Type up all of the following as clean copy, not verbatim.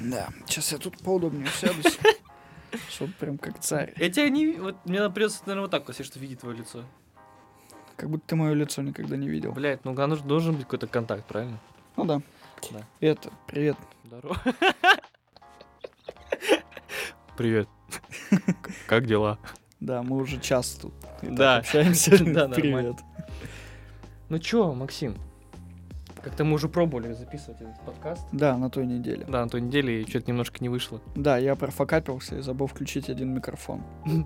Да, сейчас я тут поудобнее сядусь, чтобы прям как царь. Я тебя не... Вот мне придется, наверное, вот так, если что, видеть твое лицо. Как будто ты мое лицо никогда не видел. Блять, ну должен быть какой-то контакт, правильно? Ну да. Да. Привет. Здорово. Привет. Как дела? Да, мы уже час тут Да. общаемся. Да, Привет. Ну чё, Максим? Как-то мы уже пробовали записывать этот подкаст. Да, на той неделе. Да, на той неделе, и что-то немножко не вышло. Да, я профокапился и забыл включить один микрофон.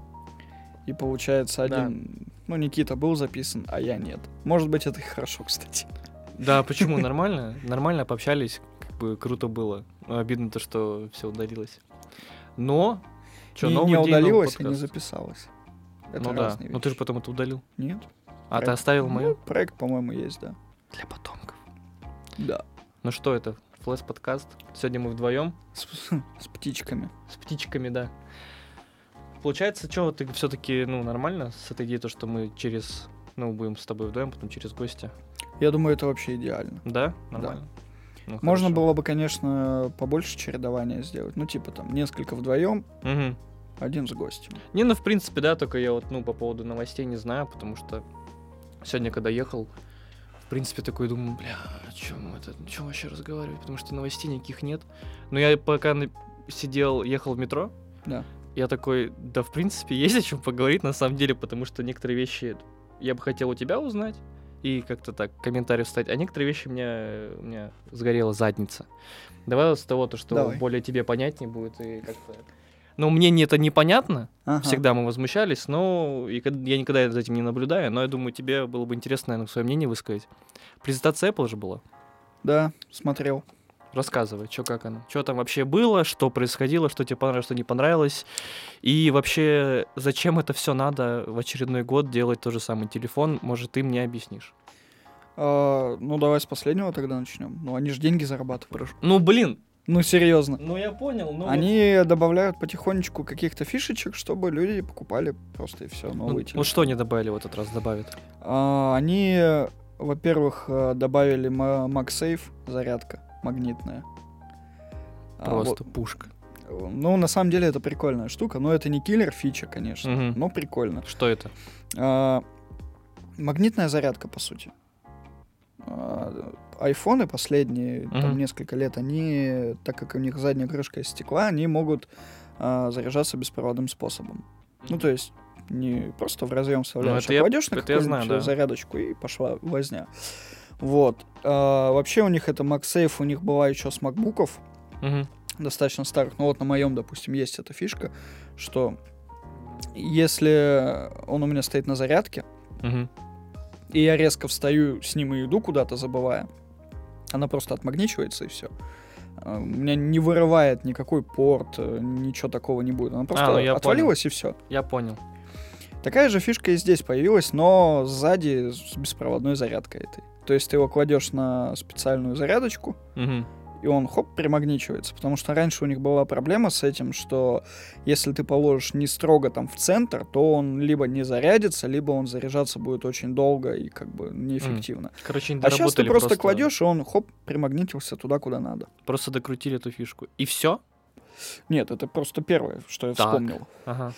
И получается один... Ну, Никита был записан, а я нет. Может быть, это и хорошо, кстати. Да, почему? Нормально? Нормально пообщались, как бы круто было. Но обидно то, что все удалилось. Но... Чё, новый Не день, новый удалилось и не подкаст. записалось. Это Ну да, разные но ты же вещи. потом это удалил. Нет. А ты Проект. оставил мою? Ну, проект, по-моему, есть, да. Для потомков. Да. Ну что это? Флэш-подкаст. Сегодня мы вдвоем С птичками. с птичками, да. Получается, что ты все-таки, нормально с этой идеей, то, что мы будем с тобой вдвоем, потом через гостя. Я думаю, это вообще идеально. Да? Нормально? Ну, Можно хорошо. было бы, конечно, побольше чередования сделать. Ну, типа там несколько вдвоем, Мгм. один с гостем. Не, ну, в принципе, да, только я вот, по поводу новостей не знаю, потому что сегодня, когда ехал, в принципе, такой думаю, о чем вообще разговаривать, потому что новостей никаких нет. Но я пока ехал в метро, Да. я такой, да, в принципе, есть о чем поговорить на самом деле, потому что некоторые вещи я бы хотел у тебя узнать и как-то так комментарий вставить, а некоторые вещи у меня сгорела задница. Давай вот с того, что Давай. более тебе понятнее будет и как-то... Ну, мне это непонятно, Ага. всегда мы возмущались, но и я никогда за этим не наблюдаю, но я думаю, тебе было бы интересно, наверное, свое мнение высказать. Презентация Apple же была. Да, смотрел. Рассказывай, что как оно. Что там вообще было, что происходило, что тебе понравилось, что не понравилось. И вообще, зачем это все надо в очередной год делать тот же самый телефон? Может, ты мне объяснишь? Ну, давай с последнего тогда начнем. Ну, они же деньги зарабатывают. Ну, блин. Ну, серьезно. Ну, я понял. Ну, Они добавляют потихонечку каких-то фишечек, чтобы люди покупали просто и все, новые телефоны. вот что они добавили в этот раз, добавят? Они, во-первых, добавили MagSafe, зарядка магнитная. Просто пушка. Ну, на самом деле, это прикольная штука, но это не киллер фича, конечно, Мгм. но прикольно. Что это? Магнитная зарядка, по сути. Айфоны последние, там, Мгм. несколько лет, они, так как у них задняя крышка из стекла, они могут заряжаться беспроводным способом. Ну, то есть, не просто в разъем вставляешь, это а я- кладешь на это я знаю, какую-нибудь да. зарядочку, и пошла возня. Вот. Вообще у них это MagSafe, у них была еще с макбуков, Мгм. достаточно старых. Ну вот на моем, допустим, есть эта фишка, что если он у меня стоит на зарядке, Мгм. и я резко встаю с ним и иду куда-то, забывая, она просто отмагничивается, и все. У меня не вырывает никакой порт, ничего такого не будет. Она просто ну я отвалилась, и все. Я понял. Такая же фишка и здесь появилась, но сзади с беспроводной зарядкой этой. То есть ты его кладешь на специальную зарядочку, Мгм. и он, хоп, примагничивается. Потому что раньше у них была проблема с этим, что если ты положишь не строго там в центр, то он либо не зарядится, либо он заряжаться будет очень долго и как бы неэффективно. Короче, не А сейчас ты доработали просто кладешь, и он, хоп, примагнитился туда, куда надо. Просто докрутили эту фишку. И все? Нет, это просто первое, что я Так. вспомнил. Ага.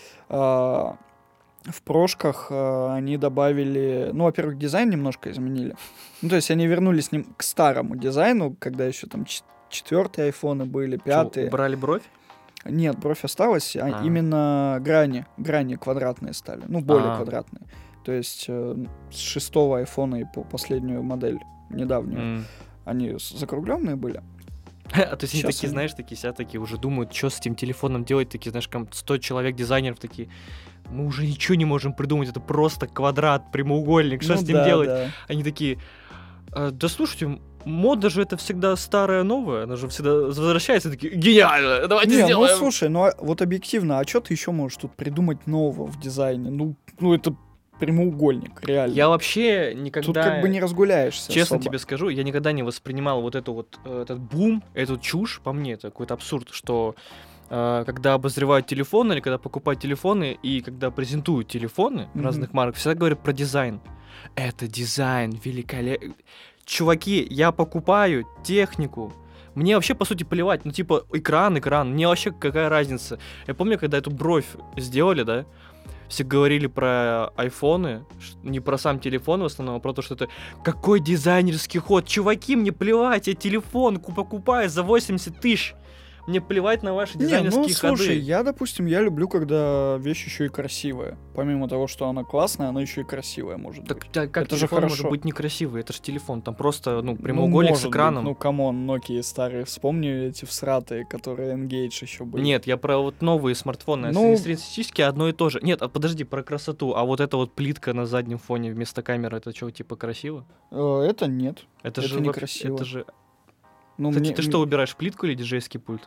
В прошках они добавили... Ну, во-первых, дизайн немножко изменили. Ну, то есть они вернулись к старому дизайну, когда еще там четвертые айфоны были, пятые. Чё, убрали бровь? Нет, бровь осталась, А. именно грани квадратные стали. Ну, более А. квадратные. То есть с шестого айфона и по последнюю модель недавнюю, М. они закругленные были. А то есть они Щас такие, они- знаешь, такие сидят, такие уже думают, что с этим телефоном делать, такие, знаешь, 100 человек дизайнеров такие, мы уже ничего не можем придумать, это просто квадрат, прямоугольник, что Ну с ним да, делать? да. Они такие, да слушайте, мода же это всегда старая новая, она же всегда возвращается, такие, гениально, давайте Не, ну сделаем. слушай, ну вот объективно, а что ты еще можешь тут придумать нового в дизайне? Ну это прямоугольник, реально. Я вообще никогда... Тут как бы не разгуляешься Честно особо. тебе скажу, я никогда не воспринимал вот эту вот этот бум, эту чушь, по мне, это какой-то абсурд, что когда обозревают телефоны или когда покупают телефоны и когда презентуют телефоны Мгм. разных марок, всегда говорят про дизайн. Это дизайн великолепный. Чуваки, я покупаю технику, Мне вообще, по сути, плевать. Ну, типа, экран, мне вообще какая разница. Я помню, когда эту бровь сделали, да, все говорили про айфоны, не про сам телефон в основном, а про то, что это какой дизайнерский ход. Чуваки, мне плевать, я телефон покупаю за 80 тысяч. Мне плевать на ваши дизайнерские ходы. Слушай, я, допустим, я люблю, когда вещь еще и красивая. Помимо того, что она классная, она еще и красивая может быть. Так как это же телефон хорошо. может быть некрасивый? Это же телефон, там просто, прямоугольник с экраном. Быть. Ну, камон, Nokia старые, вспомни эти всратые, которые Engage еще были. Нет, я про вот новые смартфоны. Среднестатистически одно и то же. Нет, подожди, про красоту. А вот эта вот плитка на заднем фоне вместо камеры, это что, типа красиво? Это нет. Это же некрасиво. Это же... Ну, кстати, ты что, убираешь, плитку или диджейский пульт?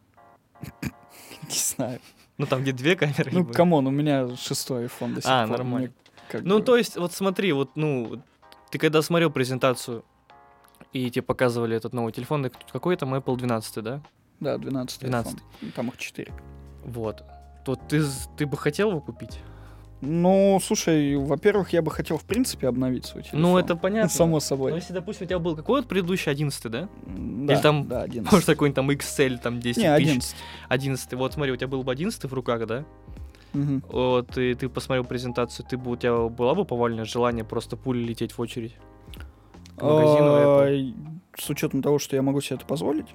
Не знаю. Ну, там где две камеры. Ну, камон, у меня 6-й iPhone до сих пор. Нормально. То есть, вот смотри, ты когда смотрел презентацию, и тебе показывали этот новый телефон, какой там Apple 12, да? Да, 12-й iPhone. Там их 4. Вот. То ты бы хотел его купить? Ну, слушай, во-первых, я бы хотел, в принципе, обновить свой телефон. Ну, это понятно. Само собой. Но если, допустим, у тебя был какой вот предыдущий, 11-й, да? Да, или там, да, 11. может, какой-нибудь там XL, там 10 Не, тысяч. 11. 11-й. Вот смотри, у тебя был бы 11-й в руках, да? Угу. Вот, и ты посмотрел презентацию, у тебя было бы повальное желание просто пулей лететь в очередь к магазину Apple? С учетом того, что я могу себе это позволить?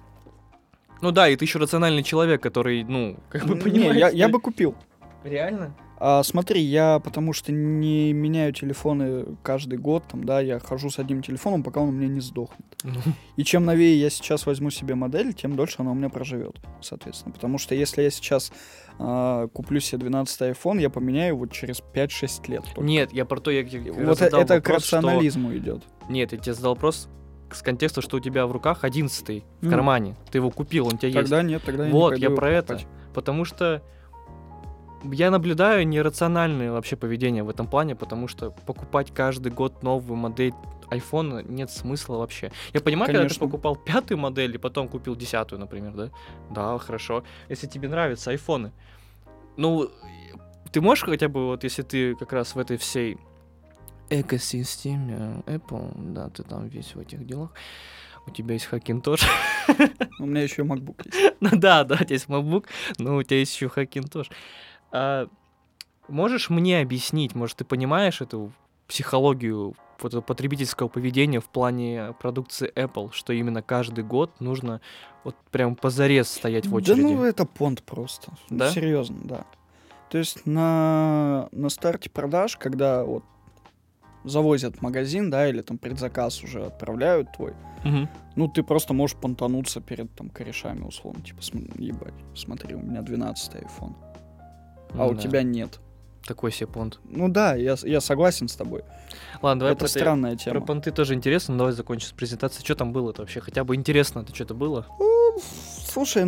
Ну да, и ты еще рациональный человек, который, как бы понимаешь... Не, я бы купил. Реально? Смотри, я потому что не меняю телефоны каждый год, там, да, я хожу с одним телефоном, пока он у меня не сдохнет. И чем новее я сейчас возьму себе модель, тем дольше она у меня проживет, соответственно. Потому что если я сейчас куплю себе 12-й iPhone, я поменяю его через 5-6 лет. Только. Нет, я про то, я вот это вопрос, к рационализму идет. Нет, я тебе задал вопрос с контекста, что у тебя в руках 11-й в кармане. Ты его купил, он у тебя есть. Тогда нет, тогда я вот, не я про покупать. это. Потому что я наблюдаю нерациональное вообще поведение в этом плане, потому что покупать каждый год новую модель айфона нет смысла вообще. Я понимаю, Конечно. когда ты покупал 5-ю модель и потом купил 10-ю, например, да? Да, хорошо. Если тебе нравятся айфоны. Ты можешь хотя бы, вот если ты как раз в этой всей экосистеме Apple, да, ты там весь в этих делах, у тебя есть Hackintosh. У меня еще MacBook есть. Ну да, у тебя есть MacBook, но у тебя есть еще Hackintosh. Можешь мне объяснить, может, ты понимаешь эту психологию потребительского поведения в плане продукции Apple, что именно каждый год нужно вот прям позарез стоять в очереди? Да это понт просто. Да? Серьезно, да. То есть на старте продаж, когда вот завозят в магазин, да, или там предзаказ уже отправляют твой, ты просто можешь понтануться перед там корешами условно, типа, ебать, смотри, у меня 12-й iPhone. У тебя нет. Такой себе понт. Ну да, я согласен с тобой. Ладно, давай это странная тема. Про понты тоже интересно, но давай закончим с презентацией. Что там было-то вообще? Хотя бы интересно, это что-то было? Слушай,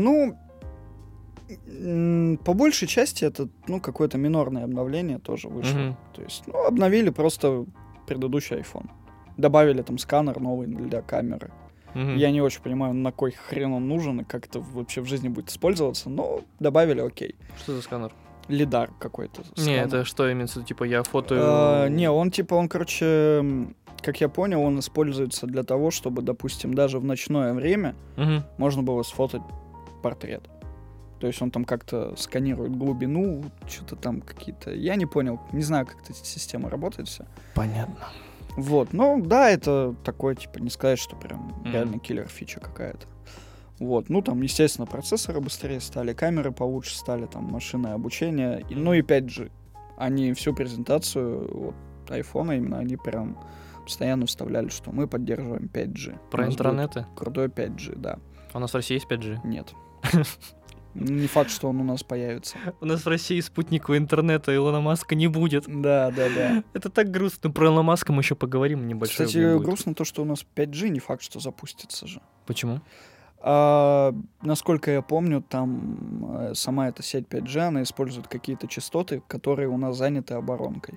по большей части это, какое-то минорное обновление тоже вышло. То есть, обновили просто предыдущий iPhone. Добавили там сканер новый для камеры. Я не очень понимаю, на кой хрен он нужен и как это вообще в жизни будет использоваться, но добавили, окей. Что за сканер? Лидар какой-то. Не, это что имеется в виду? Типа я фотою... он, короче, как я понял, он используется для того, чтобы, допустим, даже в ночное время можно было сфотать портрет. То есть он там как-то сканирует глубину, что-то там какие-то... Я не понял, не знаю, как эта система работает вся. Понятно. Вот, да, это такое, типа, не сказать, что прям реально киллер-фича какая-то. Вот, там, естественно, процессоры быстрее стали, камеры получше стали, там, машинное обучение, и 5G. Они всю презентацию айфона именно, они прям постоянно вставляли, что мы поддерживаем 5G. Про интернеты? Крутой 5G, да. А у нас в России есть 5G? Нет. Не факт, что он у нас появится. У нас в России спутникового интернета Илона Маска не будет. Да. Это так грустно. Про Илона Маска мы еще поговорим небольшое. Кстати, грустно то, что у нас 5G, не факт, что запустится же. Почему? Насколько я помню, там сама эта сеть 5G, она использует какие-то частоты, которые у нас заняты оборонкой.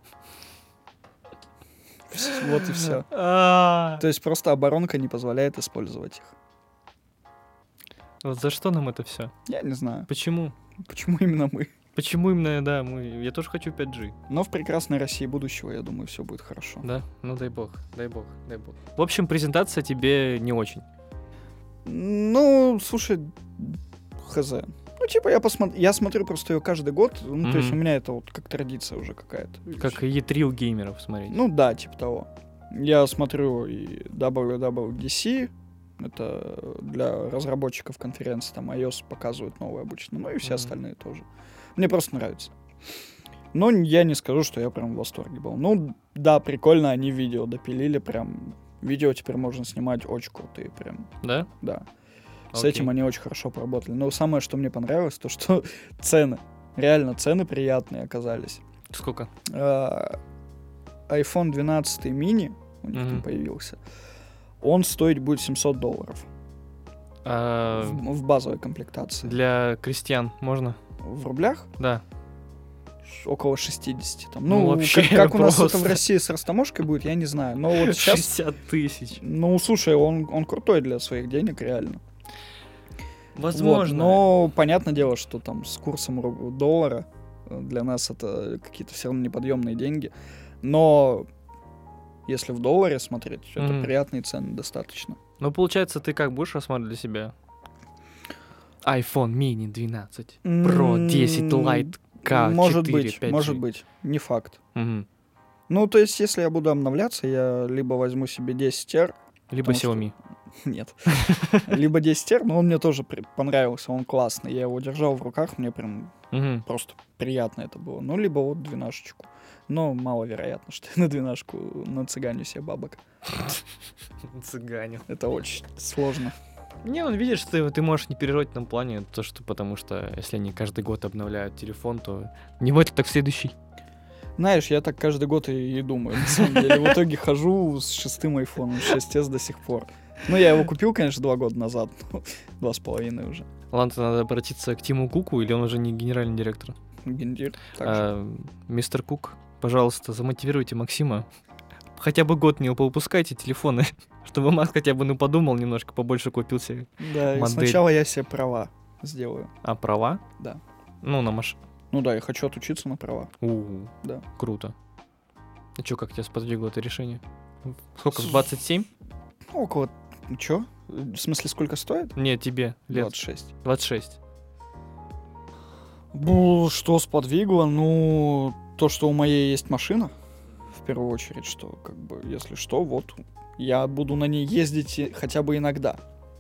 Вот и все. То есть просто оборонка не позволяет использовать их. Вот за что нам это все? Я не знаю. Почему? Почему именно мы? Почему именно, да, я тоже хочу 5G. Но в прекрасной России будущего, я думаю, все будет хорошо. Да? Ну дай бог. В общем, презентация тебе не очень. Ну, слушай, хз. Ну, типа, я смотрю просто ее каждый год. Ну, то есть у меня это вот как традиция уже какая-то. Как E3 у геймеров смотреть. Ну да, типа того. Я смотрю и WWDC, это для разработчиков конференции, там iOS показывают новые обычно, ну и все остальные тоже. Мне просто нравится. Но я не скажу, что я прям в восторге был. Ну да, прикольно, они видео допилили, прям видео теперь можно снимать очень крутые, прям. Да? Да. С Окей. этим они очень хорошо поработали. Но самое, что мне понравилось, то что цены, реально цены приятные оказались. Сколько? iPhone 12 mini у них там появился. Он стоить будет $700 в базовой комплектации. Для крестьян можно? В рублях? Да. Около 60. Там. Ну, Ну, вообще как у нас просто. это в России с растаможкой будет, я не знаю. Но вот сейчас... 60 тысяч. Ну, слушай, он крутой для своих денег, реально. Возможно. Вот, но понятное дело, что там с курсом доллара для нас это какие-то все равно неподъемные деньги. Но если в долларе смотреть, это приятные цены достаточно. Ну, получается, ты как будешь рассматривать для себя? iPhone mini 12 Pro 10 Lite K4, Может быть, 5G. может быть. Не факт. Мгм. Ну, то есть, если я буду обновляться, я либо возьму себе 10R. Либо потому Xiaomi. Нет. Либо 10R, но он мне тоже понравился, он классный. Я его держал в руках, мне прям Мгм. просто приятно это было. Ну, либо вот 12-очку. Но маловероятно, что я на 12-очку нацыганю себе бабок. Цыганин. Это очень сложно. Не, он видишь, ты можешь не переживать в этом плане, то, что потому что если они каждый год обновляют телефон, то не в этот, так в следующий. Знаешь, я так каждый год и думаю, на самом деле. В итоге хожу с 6-м айфоном, 6s до сих пор. Ну, я его купил, конечно, 2 года назад, 2,5 уже. Ладно, надо обратиться к Тиму Куку, или он уже не генеральный директор? Гендир. Так же. Мистер Кук, пожалуйста, замотивируйте Максима. Хотя бы год не выпускайте телефоны, чтобы Макс хотя бы подумал немножко, побольше купил себе. Да, и модель. сначала я себе права сделаю. А права? Да. Ну, на машине. Ну да, я хочу отучиться на права. Да. Круто. А чё, как тебя сподвигло это решение? Сколько, 27? Около... Чё? В смысле, сколько стоит? Нет, тебе лет 26. 26. Что сподвигло? Ну, то, что у моей есть машина. В первую очередь, что, как бы, если что, вот, я буду на ней ездить хотя бы иногда.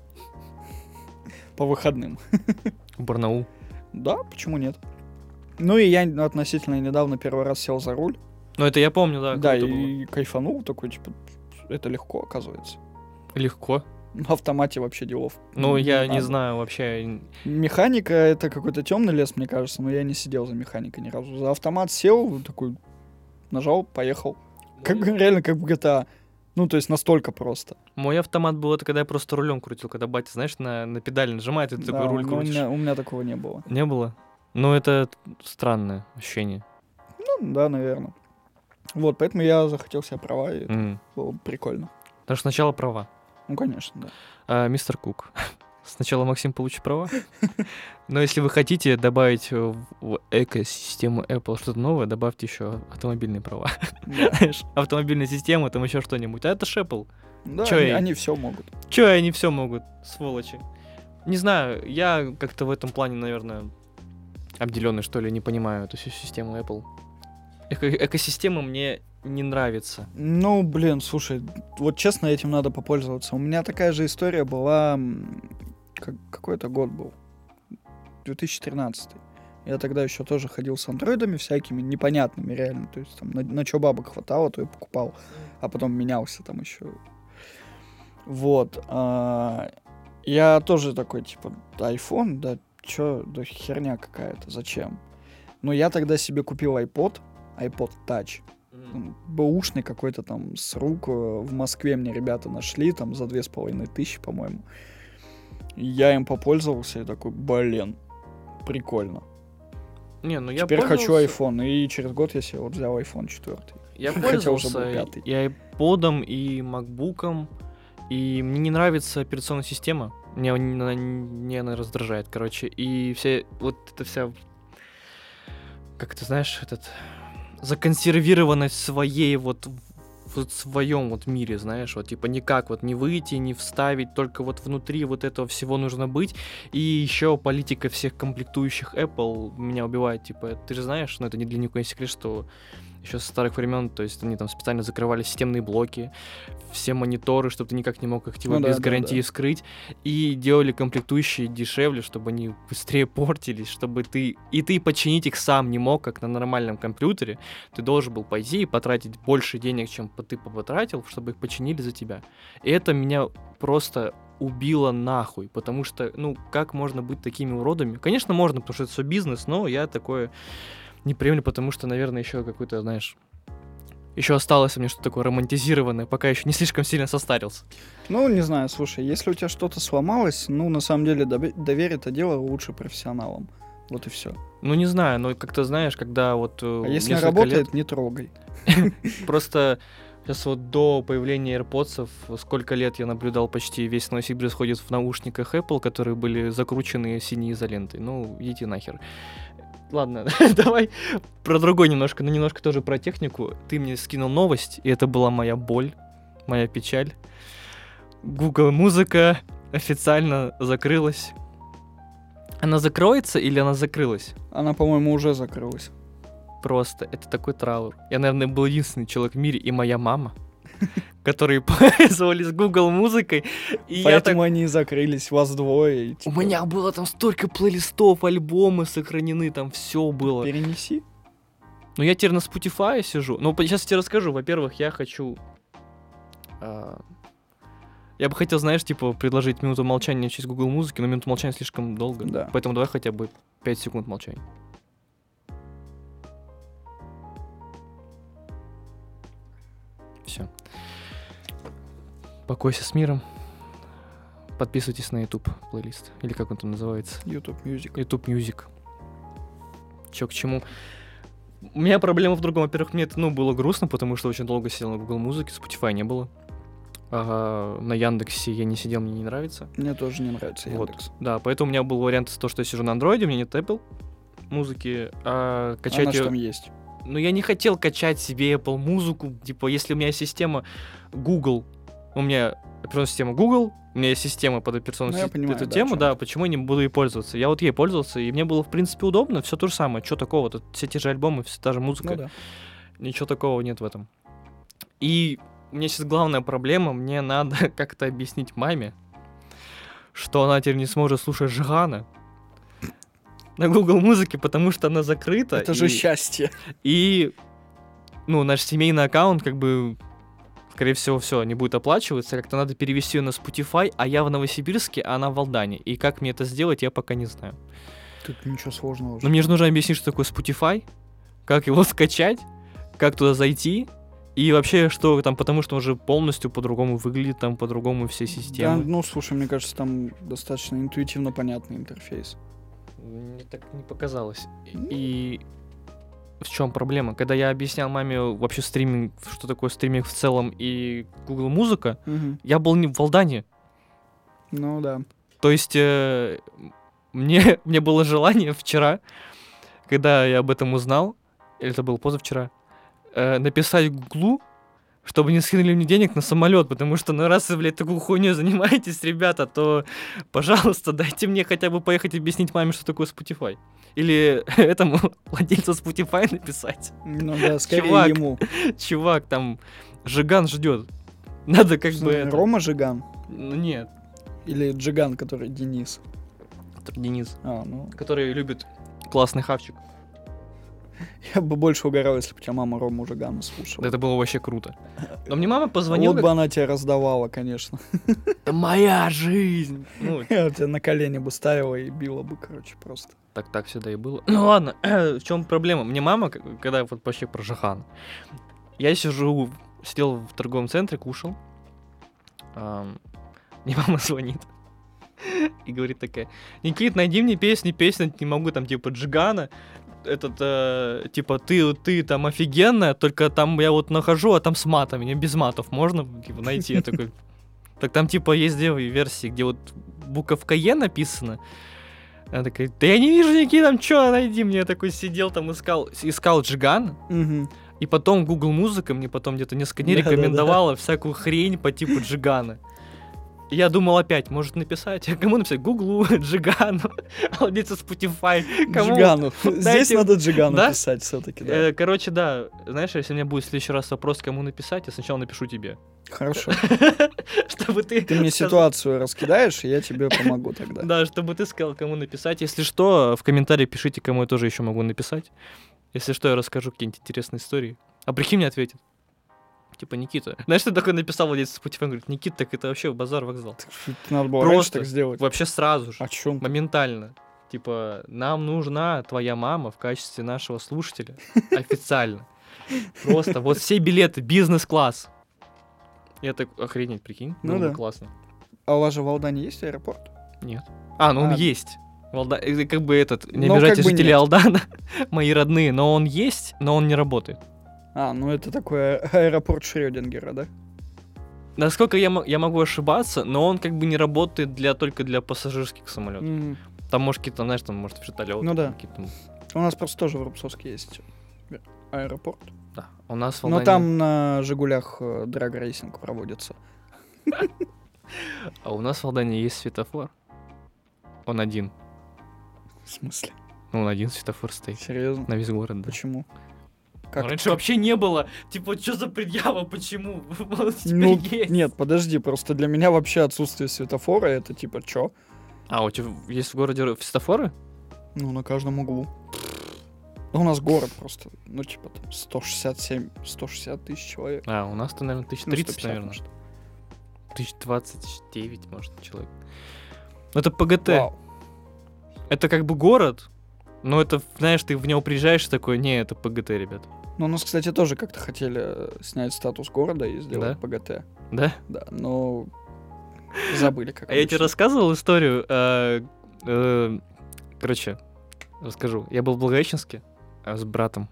По выходным. В Барнаул. Да, почему нет? Ну и я относительно недавно первый раз сел за руль. Ну, это я помню, да. Да, круто было. и кайфанул такой, типа, это легко, оказывается. Легко. На автомате вообще делов. Ну, я не надо. знаю вообще. Механика — это какой-то темный лес, мне кажется, но я не сидел за механикой ни разу. За автомат сел, такой, нажал, поехал. Как реально, как в GTA. Ну, то есть настолько просто. Мой автомат был это, когда я просто рулем крутил, когда батя, знаешь, на педаль нажимает, и ты такой руль но крутишь. у меня такого не было. Не было? Ну, это странное ощущение. Ну, да, наверное. Вот, поэтому я захотел себе права, и Мгм. было прикольно. Потому что сначала права. Ну, конечно, да. Мистер Кук. Сначала Максим получит права. Но если вы хотите добавить в экосистему Apple что-то новое, добавьте еще автомобильные права. Да, Знаешь, автомобильная система, там еще что-нибудь. А это ж Apple. да, Чё они все могут. Че они все могут, сволочи? Не знаю, я как-то в этом плане, наверное, обделенный, что ли, не понимаю эту всю систему Apple. Экосистема мне не нравится. Ну, блин, слушай, вот честно, этим надо попользоваться. У меня такая же история была, какой-то год был, 2013. Я тогда еще тоже ходил с андроидами всякими, непонятными реально. То есть там на чё бабок хватало, то и покупал. А потом менялся там еще. Вот. Я тоже такой, типа, iPhone, да чё, да херня какая-то, зачем? Но я тогда себе купил iPod Touch. Бэушный какой-то там с рук в Москве мне ребята нашли, там за 2500, по-моему. И я им попользовался и такой, блин, прикольно. Не, ну я Теперь хочу пользовался- iPhone, и через год я себе вот взял iPhone 4. Я Хотя уже был пользовался пятый. и iPod'ом, и MacBook'ом, и мне не нравится операционная система. Мне она раздражает, короче. И вся, вот эта вся, как ты знаешь, законсервированность своей вот в своем вот мире, знаешь, вот типа никак вот не выйти, не вставить, только вот внутри вот этого всего нужно быть. И еще политика всех комплектующих Apple меня убивает, типа, ты же знаешь, но это не для никого не секрет, что еще со старых времен, то есть они там специально закрывали системные блоки, все мониторы, чтобы ты никак не мог их типа, без гарантии вскрыть, и делали комплектующие дешевле, чтобы они быстрее портились, чтобы ты починить их сам не мог, как на нормальном компьютере, ты должен был пойти и потратить больше денег, чем ты потратил, чтобы их починили за тебя. И это меня просто убило нахуй, потому что, ну, как можно быть такими уродами? Конечно, можно, потому что это все бизнес, но я такое не приемлю, потому что, наверное, еще какой-то, знаешь, еще осталось у меня что-то такое романтизированное, пока еще не слишком сильно состарился. Ну, не знаю, слушай, если у тебя что-то сломалось, ну, на самом деле, доверь это дело лучше профессионалам. Вот и все. Ну, не знаю, но как-то, знаешь, когда вот... А если не работает, не трогай. Просто сейчас вот до появления AirPods, сколько лет я наблюдал, почти весь Новосибирск ходит в наушниках Apple, которые были закручены синей изолентой. Ну, идите нахер. Ладно, давай про другой немножко, но немножко тоже про технику. Ты мне скинул новость, и это была моя боль, моя печаль. Google Музыка официально закрылась. Она закроется или она закрылась? Она, по-моему, уже закрылась. Просто, это такой траур. Я, наверное, был единственный человек в мире, и моя мама, которые пользовались Google Музыкой. И поэтому они и закрылись, вас двое. И, типа... У меня было там столько плейлистов, альбомы сохранены, там все было. Перенеси. Ну, я теперь на Spotify сижу. Ну, сейчас тебе расскажу. Во-первых, я хочу... Я бы хотел, знаешь, типа, предложить минуту молчания в честь Google Музыки, но минуту молчания слишком долго. Да. Поэтому давай хотя бы 5 секунд молчания. Все. Покойся с миром. Подписывайтесь на YouTube плейлист. Или как он там называется? YouTube Music. YouTube Music. Чё к чему? У меня проблема в другом. Во-первых, мне это, было грустно, потому что очень долго сидел на Google Музыке, Spotify не было. На Яндексе я не сидел, мне не нравится. Мне тоже не нравится Яндекс. Вот. Да, поэтому у меня был вариант то, что я сижу на андроиде, у меня нет Apple музыки, а качать её... там есть. Но я не хотел качать себе Apple музыку, типа, если у меня система Google, у меня операционная система Google, у меня есть система под операционную эту тему, да, почему я не буду ей пользоваться? Я вот ей пользовался, и мне было, в принципе, удобно, все то же самое, что такого, тут все те же альбомы, вся та же музыка, да. Ничего такого нет в этом. И у меня сейчас главная проблема, мне надо как-то объяснить маме, что она теперь не сможет слушать Жигана на Google Музыке, потому что она закрыта. Это же счастье. И, наш семейный аккаунт, как бы, скорее всего, все, не будет оплачиваться. Как-то надо перевести ее на Spotify, а я в Новосибирске, а она в Алдане. И как мне это сделать, я пока не знаю. Тут ничего сложного. Но мне же нужно объяснить, что такое Spotify, как его скачать, как туда зайти. И вообще, что там, потому что он же полностью по-другому выглядит, там по-другому все системы. Да, слушай, мне кажется, там достаточно интуитивно понятный интерфейс. Мне так не показалось. И в чем проблема? Когда я объяснял маме вообще стриминг, что такое стриминг в целом и Google Музыка, я был не в Алдане. Ну да. То есть мне было желание вчера, когда я об этом узнал, или это было позавчера, написать Гуглу, чтобы не скинули мне денег на самолет, потому что, раз вы, блядь, такую хуйню занимаетесь, ребята, то, пожалуйста, дайте мне хотя бы поехать объяснить маме, что такое Spotify. Или этому владельцу Spotify написать. Ну да, скорее ему. Чувак, там, Жиган ждет. Надо как бы это... Рома Жиган? Нет. Или Джиган, который Денис? Денис. Ну. Который любит классный хавчик. Я бы больше угорал, если бы тебя мама Рому Жигана слушала. Это было вообще круто. Но мне мама позвонила... Вот бы она тебя раздавала, конечно. Это моя жизнь! Я тебя на колени бы ставила и била бы, короче, просто. Так всегда и было. Ну ладно, в чем проблема? Мне мама, когда вот вообще про Жихан, я сидел в торговом центре, кушал, мне мама звонит и говорит такая: Никит, найди мне песню не могу, там типа Джигана, типа ты там офигенная, только там я вот нахожу, а там с матами, мне без матов можно типа найти? Я такой, так там типа есть две версии, где вот буковка Е написана. Она такая: да я не вижу никакие там, чё, найди мне. Я такой сидел там, искал Джиган. Угу. И потом Google Музыка мне потом где-то несколько дней Да-да-да. рекомендовала всякую хрень по типу Джигана. И я думал опять, может написать? Кому написать? Гуглу, Джигану, аудиция Spotify. Кому? Джигану. Здесь Дайте- надо Джигану Да? писать все-таки, да. Короче, да. Знаешь, если у меня будет в следующий раз вопрос, кому написать, я сначала напишу тебе. Хорошо. Чтобы ты... Ты мне сказал- ситуацию раскидаешь, и я тебе помогу тогда. Да, чтобы ты сказал, кому написать. Если что, в комментарии пишите, кому я тоже еще могу написать. Если что, я расскажу какие-нибудь интересные истории. А прикинь, мне ответит. Типа, Никита. Знаешь, что такое написал владелец Spotify? Он говорит, Никита, так это вообще базар вокзал. Надо было раньше Просто так сделать. Вообще сразу же. О чем? Моментально. Типа, нам нужна твоя мама в качестве нашего слушателя. Официально. Просто вот все билеты, бизнес-класс. Я так, охренеть, прикинь. Ну Было бы да. классно. А у вас же в Алдане есть аэропорт? Нет. Он А. есть. Как бы этот, не Но обижайте как бы жителей нет. Алдана, мои родные, но он есть, но он не работает. Ну это такой аэропорт Шрёдингера, да? Насколько я могу ошибаться, но он как бы не работает только для пассажирских самолетов. Мгм. Там, может, какие-то, знаешь, там, может, вертолеты. Ну да. какие-то. У нас просто тоже в Рубцовске есть аэропорт. Да. У нас в Но Алдане- там на Жигулях драг-рейсинг проводится. А у нас в Алдане есть светофор. Он один. В смысле? Ну, он один светофор стоит. Серьезно? На весь город, да. Почему? Ну, раньше вообще не было. Типа, что за предъява, почему? Вот теперь Ну, есть. нет, подожди, просто для меня вообще отсутствие светофора это типа чё? А, у тебя есть в городе светофоры? Ну, на каждом углу. Ну, у нас город просто, ну, типа там 160 тысяч человек. А, у нас-то, наверное, Ну, 1030, 150, наверное. может. 1029, может, человек. Ну, это ПГТ. Вау. Это как бы город, но это, знаешь, ты в него приезжаешь и такой, не, это ПГТ, ребят. Ну, у нас, кстати, тоже как-то хотели снять статус города и сделать Да? ПГТ. Да? Да, но забыли, как А я тебе обычно. рассказывал историю. Короче, расскажу. Я был в Благовещенске с братом.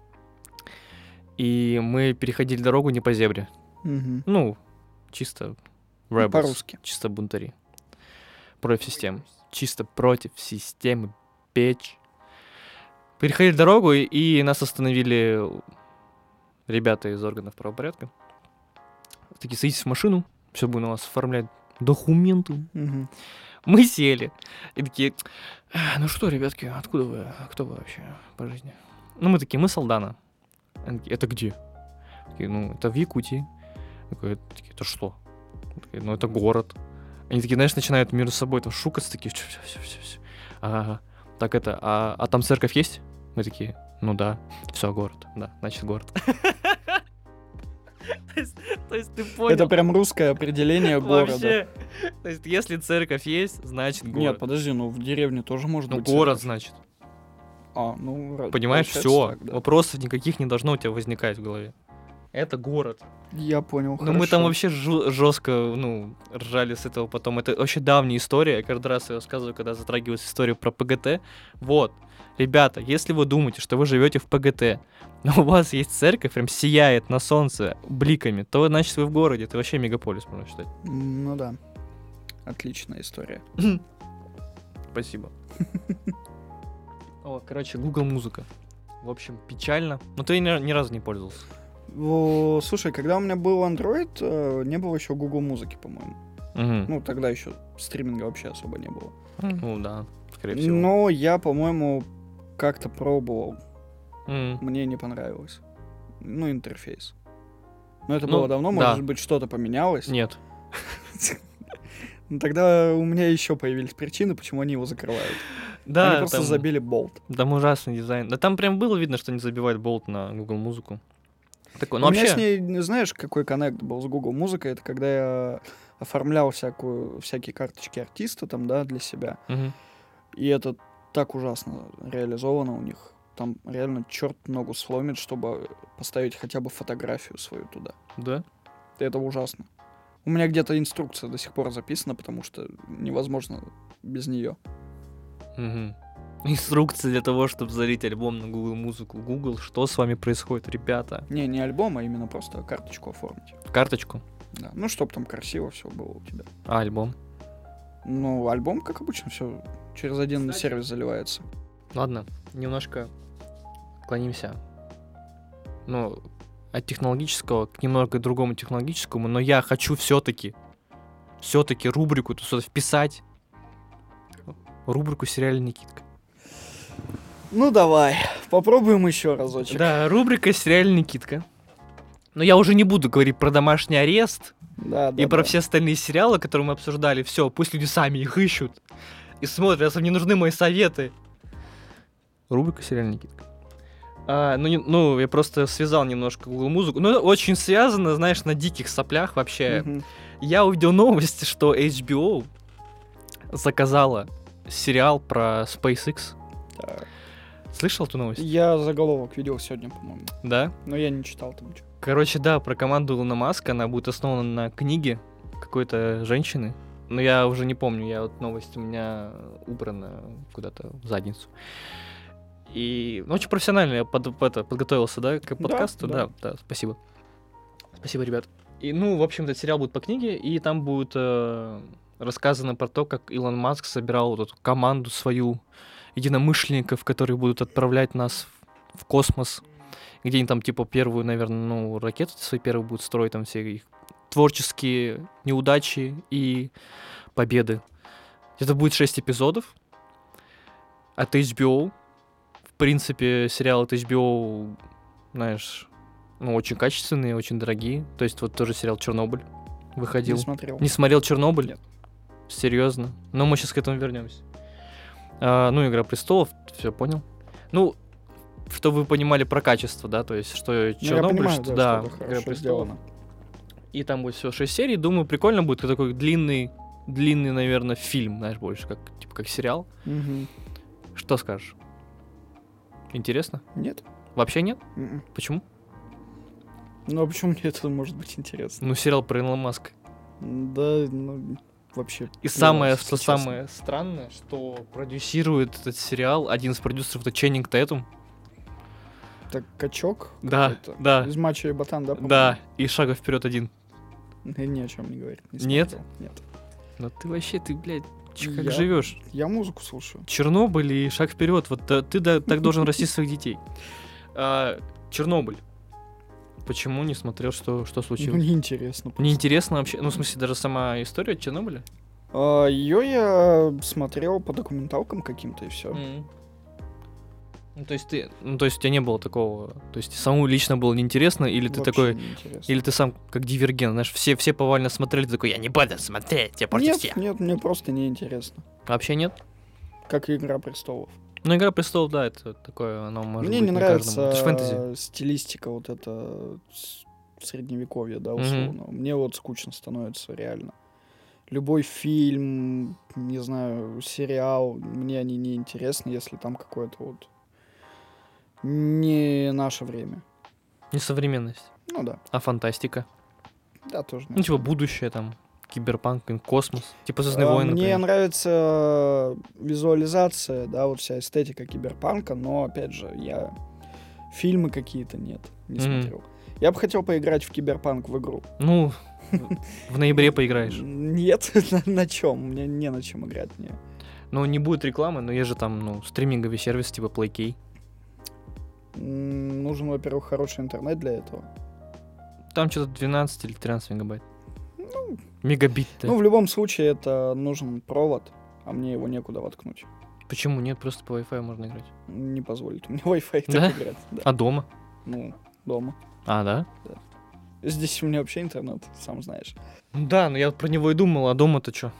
И мы переходили дорогу не по зебре. Мгм. Ну, чисто Ну, rebels, по-русски. чисто бунтари. Против системы. Чисто против системы, печь. Переходили дорогу, и нас остановили ребята из органов правопорядка. Такие, садитесь в машину, все будем у вас оформлять документы. Мгм. Мы сели. И такие, ну что, ребятки, откуда вы? Кто вы вообще по жизни? Ну, мы такие, мы с Алдана. Они такие, это где? Такие, ну, это в Якутии. Такие, это что? Такие, ну, это город. Они такие, знаешь, начинают между собой там шукаться, такие, все. Ага. Так это, а там церковь есть? Мы такие, ну да. Все, город. Да, значит, город. То есть ты понял? Это прям русское определение города. Вообще. То есть, если церковь есть, значит город. Нет, подожди, ну в деревне тоже может Ну, быть город, церковь. значит. получается Понимаешь, все. так, да. Вопросов никаких не должно у тебя возникать в голове. Это город. Я понял, Ну, мы там хорошо. вообще жестко, ну, ржали с этого потом. Это вообще давняя история. Я каждый раз ее рассказываю, когда затрагивается история про ПГТ. Вот. Ребята, если вы думаете, что вы живете в ПГТ, но у вас есть церковь, прям сияет на солнце бликами, то, значит, вы в городе. Это вообще мегаполис, можно считать. Ну да. Отличная история. Спасибо. О, короче, Google Музыка. В общем, печально. Но ты ни разу не пользовался. Слушай, когда у меня был Android, не было еще Google музыки, по-моему. Мгм. Ну, тогда еще стриминга вообще особо не было. Ну да, скорее всего. Но я, по-моему, как-то пробовал. М. Мне не понравилось. Ну, интерфейс. Но это Ну, было давно, да. может быть, что-то поменялось. Нет. Ну, тогда у меня еще появились причины, почему они его закрывают. Да, Они просто там, забили болт. там ужасный дизайн. Да там прям было видно, что они забивают болт на Google Музыку. Такой, ну У меня вообще... с ней, знаешь, какой коннект был с Google музыкой? Это когда я оформлял всякие карточки артиста там, да, для себя. Мгм. И это так ужасно реализовано у них. Там реально черт ногу сломит, чтобы поставить хотя бы фотографию свою туда. Да? Это ужасно. У меня где-то инструкция до сих пор записана, потому что невозможно без нее. Мгм. Инструкция для того, чтобы залить альбом на Google Музыку. Google, что с вами происходит, ребята? Не альбом, а именно просто карточку оформить. Карточку. Да. Ну, чтобы там красиво все было у тебя. А, альбом. Ну, альбом, как обычно, все через один сервис заливается. Ладно, немножко клонимся ну, от технологического к немного другому технологическому, но я хочу все-таки рубрику сюда вписать. Рубрику «Сериал Никитка». Ну давай, попробуем еще разочек. Да, рубрика «Сериал Никитка». Но я уже не буду говорить про «Домашний арест» и про все остальные сериалы, которые мы обсуждали. Все, пусть люди сами их ищут и смотрят, если им не нужны мои советы. Рубрика «Сериал Никитка». Я просто связал немножко Google музыку. Ну, очень связано, знаешь, на диких соплях вообще. Я увидел новости, что HBO заказала сериал про SpaceX. Так. Слышал эту новость? Я заголовок видел сегодня, по-моему. Да? Но я не читал там ничего. Короче, да, про команду Илона Маска. Она будет основана на книге какой-то женщины. Но я уже не помню. Новость у меня убрана куда-то в задницу. И очень профессионально я подготовился, да, к подкасту. Да, спасибо. Спасибо, ребят. И, в общем-то, сериал будет по книге, и там будет рассказано про то, как Илон Маск собирал вот эту команду свою единомышленников, которые будут отправлять нас в космос, где они там, типа, первую, наверное, ракету свои первые будут строить, там все их творческие неудачи и победы. Это будет 6 эпизодов от HBO. В принципе, сериалы от HBO, знаешь, очень качественные, очень дорогие. То есть вот тоже сериал «Чернобыль» выходил. Не смотрел. Не смотрел «Чернобыль»? Нет. Серьезно? Но мы сейчас к этому вернемся. «Игра престолов», все понял. Чтобы вы понимали про качество, да, то есть, что «Чернобыль», да, «Игра престолов». И там будет всего 6 серий. Думаю, прикольно будет такой длинный, наверное, фильм, знаешь, больше, как сериал. Угу. Что скажешь? Интересно? Нет. Вообще нет? Mm-mm. Почему? Ну, а почему мне это может быть интересно? Сериал про Илона Маска. Да, вообще. И самое странное, что продюсирует этот сериал один из продюсеров, это Ченнинг Тэттум. Так, качок? Да, да. Из «Мачо и Ботан», да, по-моему? Да, и «Шага вперед» один. Ни о чем не говорит. Нет? Нет. Ну ты вообще, блядь, как живешь? Я музыку слушаю. Чернобыль и «Шаг вперед». Вот ты так должен расти своих детей. Чернобыль. Почему не смотрел, что случилось? Неинтересно. Неинтересно вообще? В смысле, даже сама история Чернобыля? Ее я смотрел по документалкам каким-то, и все. То есть у тебя не было такого, то есть самому лично было неинтересно, или ты Вообще такой, неинтересно. или ты сам как Дивергент, знаешь, все повально смотрели, ты такой, я не буду смотреть, я против всех. Нет, мне просто неинтересно. Вообще нет? Как и «Игра престолов». «Игра престолов», да, это такое, оно может мне быть не каждому. нравится Это ж фэнтези. стилистика вот это средневековья, да, условно. Мне вот скучно становится, реально. Любой фильм, не знаю, сериал, мне они не интересны, если там какое-то вот не наше время. Не современность. Ну да. А фантастика? Да, тоже. Типа будущее там, киберпанк, космос, типа «Звездные войны», Мне например. нравится визуализация, да, вот вся эстетика киберпанка, но, опять же, я фильмы какие-то не смотрел. Я бы хотел поиграть в киберпанк в игру. В ноябре поиграешь. Нет, на чем? Мне не на чем играть. Не. Не будет рекламы, но есть же там, стриминговый сервис типа PlayKey. Нужен, во-первых, хороший интернет для этого. Там что-то 12 или 13 мегабайт. Мегабит-то. В любом случае, это нужен провод, а мне его некуда воткнуть. Почему нет? Просто по Wi-Fi можно играть. Не позволит мне Wi-Fi Да? так играть. Да. А дома? Дома. А, да? Да. Здесь у меня вообще интернет, сам знаешь. Да, но я про него и думал, а дома-то что?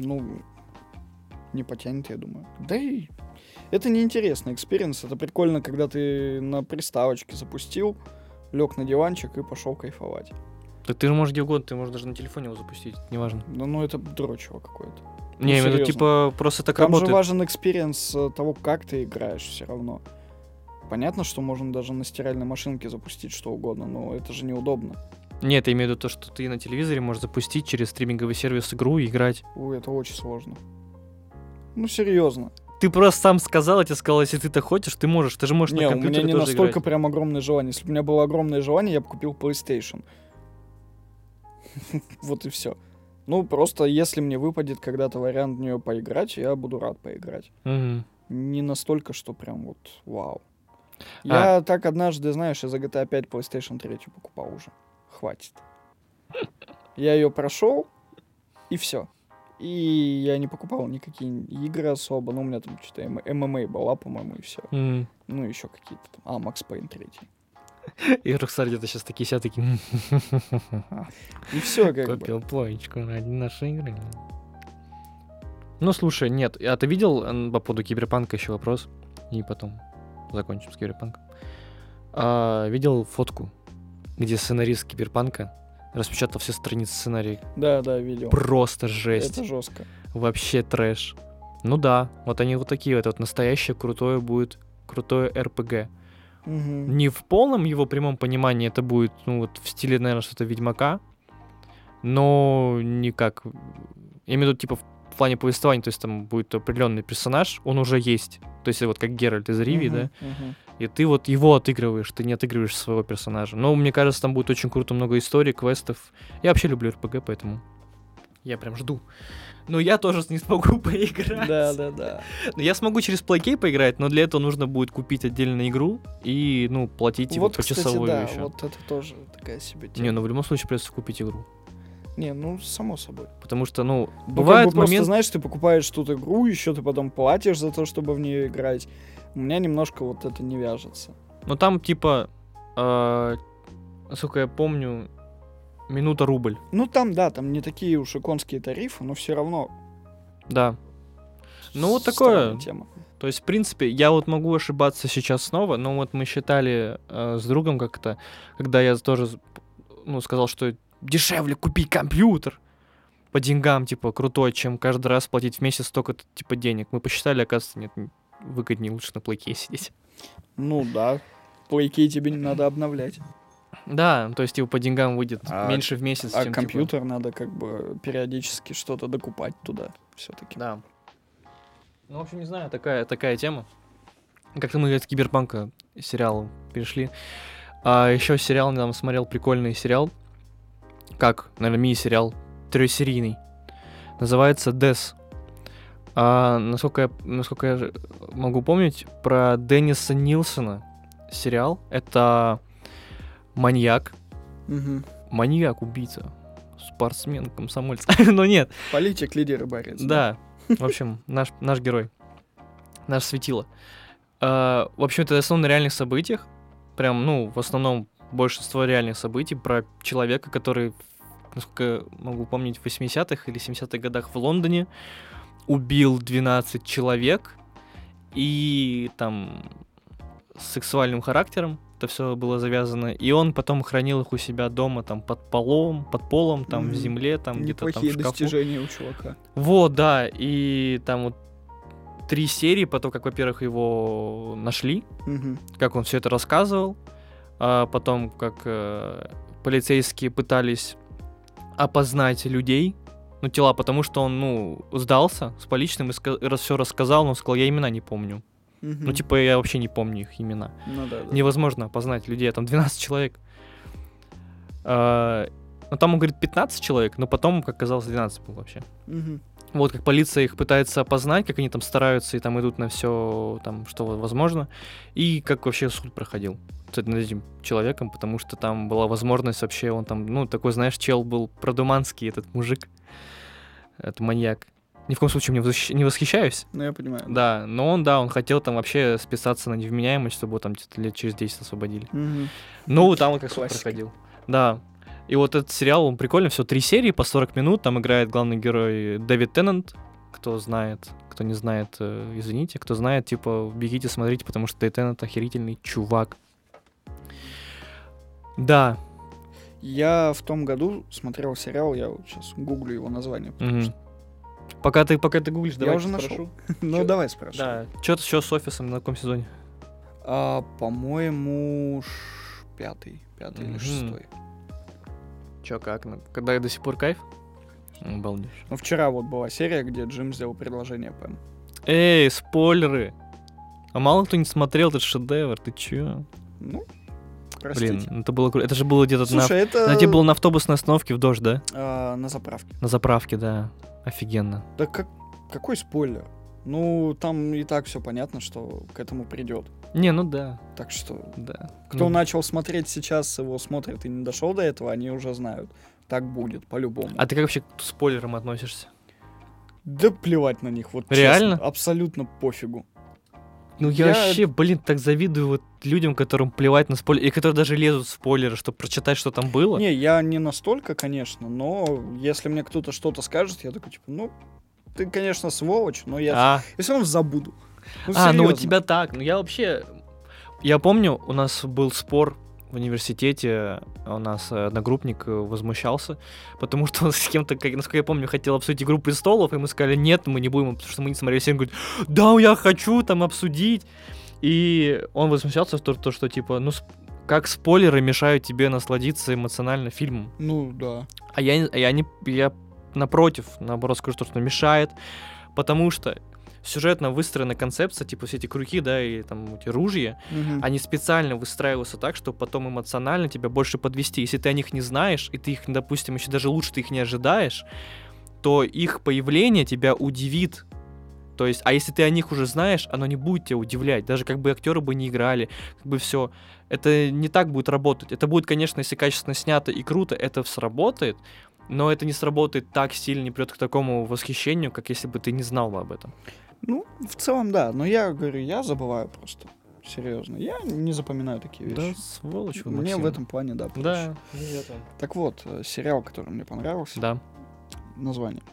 Не потянет, я думаю. Да и это неинтересный экспириенс. Это прикольно, когда ты на приставочке запустил, лег на диванчик и пошел кайфовать. Так ты же можешь где угодно, ты можешь даже на телефоне его запустить, неважно. Это дрочево какое-то. Не, это серьезно. типа просто так Там работает. же важен экспириенс того, как ты играешь все равно. Понятно, что можно даже на стиральной машинке запустить что угодно, но это же неудобно. Нет, я имею в виду то, что ты на телевизоре можешь запустить через стриминговый сервис игру и играть. Это очень сложно. Серьезно. Ты просто сам сказал, я тебе сказал, если ты так хочешь, ты можешь. Ты же можешь на у компьютере меня не тоже настолько играть. прям огромное желание. Если бы у меня было огромное желание, я бы купил PlayStation. Вот и все. Просто если мне выпадет когда-то вариант в нее поиграть, я буду рад поиграть. Угу. Не настолько, что прям вот вау. Я так однажды, знаешь, из-за GTA 5 PlayStation 3 покупал уже. Хватит. Я ее прошел, и все. И я не покупал никакие игры особо. Ну, у меня там что-то ММА была, по-моему, и все. Ну, еще какие-то там. Макс Пейн 3. И Rockstar где-то сейчас такие сидят, такие... И все как бы. Купил плоечку ради нашей игры. Ну, слушай, нет. А ты видел по поводу Киберпанка еще вопрос? И потом закончим с Киберпанком. Видел фотку, где сценарист Киберпанка распечатал все страницы сценария? Да, видел. Просто жесть. Это жестко. Вообще трэш. Ну да, вот они вот такие вот. Это вот настоящее крутое будет, крутое РПГ. Не в полном его прямом понимании это будет, ну вот в стиле, наверное, что-то Ведьмака, но никак. Я имею в виду, типа, в плане повествования, то есть там будет определенный персонаж, он уже есть. То есть вот как Геральт из Ривии, да? И ты вот его отыгрываешь, ты не отыгрываешь своего персонажа. Но мне кажется, там будет очень круто, много историй, квестов. Я вообще люблю РПГ, поэтому я прям жду. Но я тоже не смогу поиграть. Да. Я смогу через PlayKey поиграть, но для этого нужно будет купить отдельную игру и, ну, платить его вот, почасовую кстати, да, еще. вот это тоже такая себе тема. Не, ну в любом случае придется купить игру. Не, ну, само собой. Потому что, ну, Ну, бывает как бы просто, момент... знаешь, ты покупаешь тут игру, еще ты потом платишь за то, чтобы в нее играть. У меня немножко вот это не вяжется. Ну, там, типа, насколько я помню, минута рубль. Ну, там, да, там не такие уж и конские тарифы, но все равно. Да. Ну, вот такое. Странная тема. То есть, в принципе, я вот могу ошибаться сейчас снова, но вот мы считали с другом как-то, когда я тоже, ну, сказал, что дешевле купить компьютер по деньгам, типа, крутой, чем каждый раз платить в месяц столько-то, типа, денег. Мы посчитали, оказывается, нет, выгоднее лучше на плейке сидеть. Ну, да. Плейки тебе не надо обновлять. Да, то есть, типа, по деньгам выйдет меньше в месяц, А чем, компьютер надо как бы периодически что-то докупать туда все-таки. Да. Ну, в общем, не знаю, такая тема. Как-то мы от Киберпанка сериала перешли. А еще сериал, недавно смотрел прикольный сериал. Как, наверное, мини-сериал, 3-серийный. Называется Death. Насколько я могу помнить, про Денниса Нилсона сериал. Это маньяк. Маньяк-убийца. Спортсмен, комсомольец. Но нет. Политик, лидер и борец. Да. В общем, наш герой. Наш светило. В общем, это основано на реальных событиях. Прям, ну, в основном большинство реальных событий про человека, который, насколько могу помнить, в 80-х или 70-х годах в Лондоне убил 12 человек и там с сексуальным характером это все было завязано. И он потом хранил их у себя дома там под полом, там в земле, там где-то там в шкафу. Достижения у чувака. Вот, да, и там вот 3 серии, потом, как, во-первых, его нашли, как он все это рассказывал, а потом, как полицейские пытались опознать людей, ну, тела, потому что он, ну, сдался с поличным и все рассказал, но он сказал, я имена не помню. Ну, типа, я вообще не помню их имена. Ну, да. Невозможно опознать людей, там 12 человек. Ну, там он говорит 15 человек, но потом, как оказалось, 12 было вообще. Вот как полиция их пытается опознать, как они там стараются и там идут на все, там, что возможно. И как вообще суд проходил над этим человеком, потому что там была возможность вообще, он там, ну, такой, знаешь, чел был продуманский, этот мужик, этот маньяк. Ни в коем случае не восхищаюсь. Ну, я понимаю. Да, но он хотел там вообще списаться на невменяемость, чтобы его там лет через 10 освободили. Ну, там он как суд проходил. Да. И вот этот сериал, он прикольный, все 3 серии по 40 минут, там играет главный герой Дэвид Теннант, кто знает, кто не знает, извините, кто знает, типа, бегите, смотрите, потому что Дэвид Теннант охерительный чувак. Да. Я в том году смотрел сериал, я вот сейчас гуглю его название, потому что... Пока ты гуглишь, давай я уже нашел. Ну, давай спрашивай. Да. Что с офисом на каком сезоне? По-моему, 5-й или 6-й. Чё, как? Когда до сих пор кайф? Балдеж. Ну, вчера вот была серия, где Джим сделал предложение Пэм. Эй, спойлеры! А мало кто не смотрел этот шедевр, ты чё? Ну, простите. Блин, это было круто. Это же было где-то это тебе было на автобусной остановке в дождь, да? На заправке. На заправке, да. Офигенно. Да какой спойлер? Ну, там и так все понятно, что к этому придет. Не, ну да, Так что, да. кто Ну, начал смотреть сейчас, его смотрит и не дошел до этого, они уже знают. Так будет, по-любому. А ты как вообще к спойлерам относишься? Да плевать на них, вот Реально? честно. Абсолютно пофигу. Ну я Я- вообще, блин, так завидую вот людям, которым плевать на спойлеры, и которые даже лезут в спойлеры, чтобы прочитать, что там было. Не, я не настолько, конечно, но если мне кто-то что-то скажет, я такой, типа, ну, ты, конечно, сволочь, но я все равно забуду. Ну, Ну у серьезно. тебя так. Ну я вообще... Я помню, у нас был спор в университете, у нас одногруппник возмущался, потому что он с кем-то, насколько я помню, хотел обсудить «Игру престолов», и мы сказали, нет, мы не будем, потому что мы не смотрели. И он говорит, да, я хочу там обсудить. И он возмущался, то, что типа, ну, как спойлеры мешают тебе насладиться эмоционально фильмом. Ну, да. Я наоборот скажу, что мешает, потому что сюжетно выстроена концепция, типа все эти крюки, да, и там эти ружья, Мгм. они специально выстраиваются так, чтобы потом эмоционально тебя больше подвести. Если ты о них не знаешь, и ты их, допустим, еще даже лучше ты их не ожидаешь, то их появление тебя удивит. То есть, а если ты о них уже знаешь, оно не будет тебя удивлять. Даже как бы актеры бы не играли, как бы все. Это не так будет работать. Это будет, конечно, если качественно снято и круто, это сработает, но это не сработает так сильно, не придет к такому восхищению, как если бы ты не знал бы об этом. Ну, в целом, да. Но я говорю, я забываю просто. Серьезно. Я не запоминаю такие вещи. сволочь вы, Мне Максим. в этом плане, да, проще. Да, Так вот, сериал, который мне понравился. да. Название.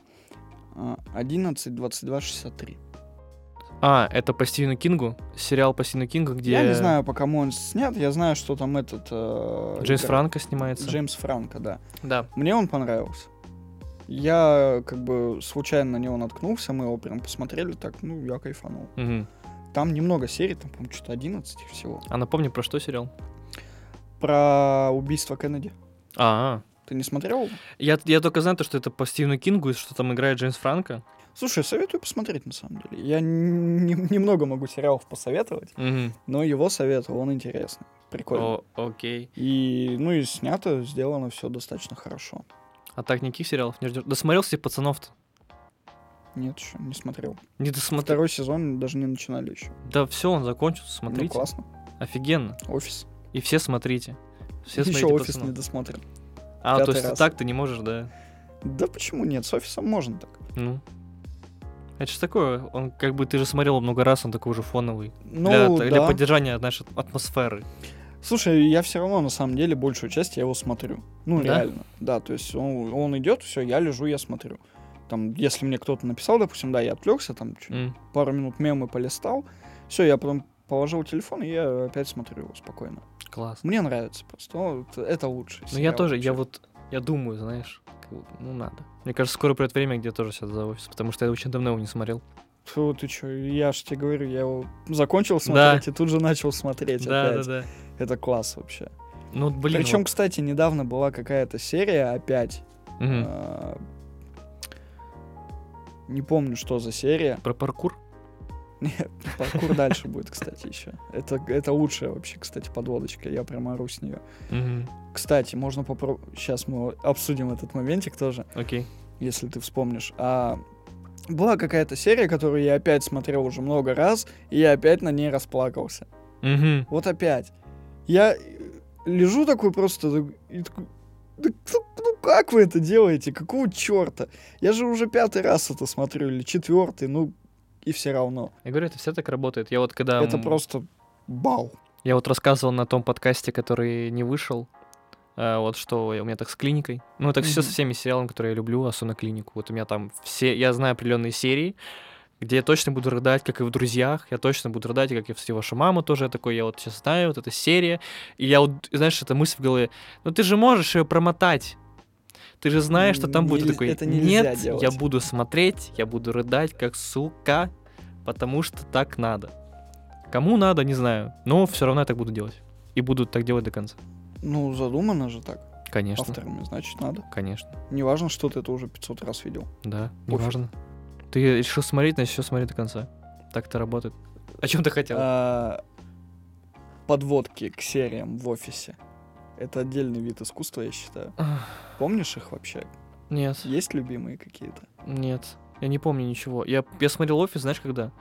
11-22-63. Это по Стивену Кингу? Сериал по Стивену Кингу, где... Я не знаю, по кому он снят. Я знаю, что там этот... Джеймс Франко снимается. Джеймс Франко, да. Да. Мне он понравился. Я как бы случайно на него наткнулся, мы его прям посмотрели, так, ну, я кайфанул. Мгм. Там немного серий, там, по-моему, что-то 11 их всего. А напомни, про что сериал? Про убийство Кеннеди. А, Ты не смотрел? я только знаю, что это по Стивену Кингу, и что там играет Джеймс Франко. Слушай, советую посмотреть, на самом деле. Я немного могу сериалов посоветовать, Мгм. но его советую, он интересный. Прикольно. Окей. И, ну, и снято, сделано все достаточно хорошо. А так никаких сериалов не ждешь? Досмотрел всех пацанов-то? Нет, еще не смотрел. Не досмотрел. Второй сезон даже не начинали еще. Да все, он закончился, Ну, смотрите. классно. Офигенно. Офис. И все смотрите. Все Еще смотрите офис пацанов. не досмотрен. То пятый есть раз. так ты не можешь, да? Да почему нет? С офисом можно так. Ну. Это же такое, он как бы, ты же смотрел его много раз, он такой уже фоновый. Ну, для да. поддержания, знаешь, атмосферы. Слушай, я все равно, на самом деле, большую часть я его смотрю. Ну, Да? реально. Да, то есть он идет, все, я лежу, я смотрю. Там, если мне кто-то написал, допустим, да, я отвлекся, там, пару минут мемы полистал, все, я потом положил телефон, и я опять смотрю его спокойно. Класс. Мне нравится просто. Это лучше. Ну я тоже, я думаю, знаешь, ну надо. Мне кажется, скоро придет время, где я тоже сяду за офис, потому что я очень давно его не смотрел. Фу, ты чё, я ж тебе говорю, я его закончил смотреть и тут же начал смотреть опять. Да. Это класс вообще. Ну, блин. Причем, кстати, недавно была какая-то серия опять. Мгм. Не помню, что за серия. Про паркур? Нет, паркур дальше будет, кстати, еще. Это лучшая вообще, кстати, подводочка. Я прям ору с нее. Мгм. Кстати, можно попробовать. Сейчас мы обсудим этот моментик тоже, Окей. если ты вспомнишь. Была какая-то серия, которую я опять смотрел уже много раз, и я опять на ней расплакался. Мгм. Вот опять. Я лежу такой просто и такой, да ну как вы это делаете? Какого черта? Я же уже 5-й раз это смотрю, или 4-й, ну и все равно. Я говорю, это все так работает. Я вот когда... Это просто бау. Я вот рассказывал на том подкасте, который не вышел, вот что у меня так с клиникой. Ну, так все Мгм. со всеми сериалами, которые я люблю, особенно клинику. Вот у меня там все... Я знаю определенные серии, где я точно буду рыдать, как и в «Друзьях». Я точно буду рыдать, как и в «Встретил вашу маму» тоже. Я такой, я вот сейчас знаю, вот эта серия. И я вот, знаешь, эта мысль в голове, ну ты же можешь ее промотать. Ты же знаешь, что там будет. Я такой, Это нельзя нет, делать. я буду смотреть, я буду рыдать, как сука, потому что так надо. Кому надо, не знаю, но все равно я так буду делать. И буду так делать до конца. Ну, задумано же так. Конечно, Авторами, значит, надо. конечно, Неважно, что ты это уже 500 раз видел. да, Пофиг. неважно. Ты решил смотреть, значит, все смотри до конца. Так это работает. О чем ты хотел? Подводки к сериям в офисе. Это отдельный вид искусства, я считаю. Помнишь их вообще? Нет, Есть любимые какие-то? нет. Я не помню ничего. Я смотрел «Офис», знаешь, когда?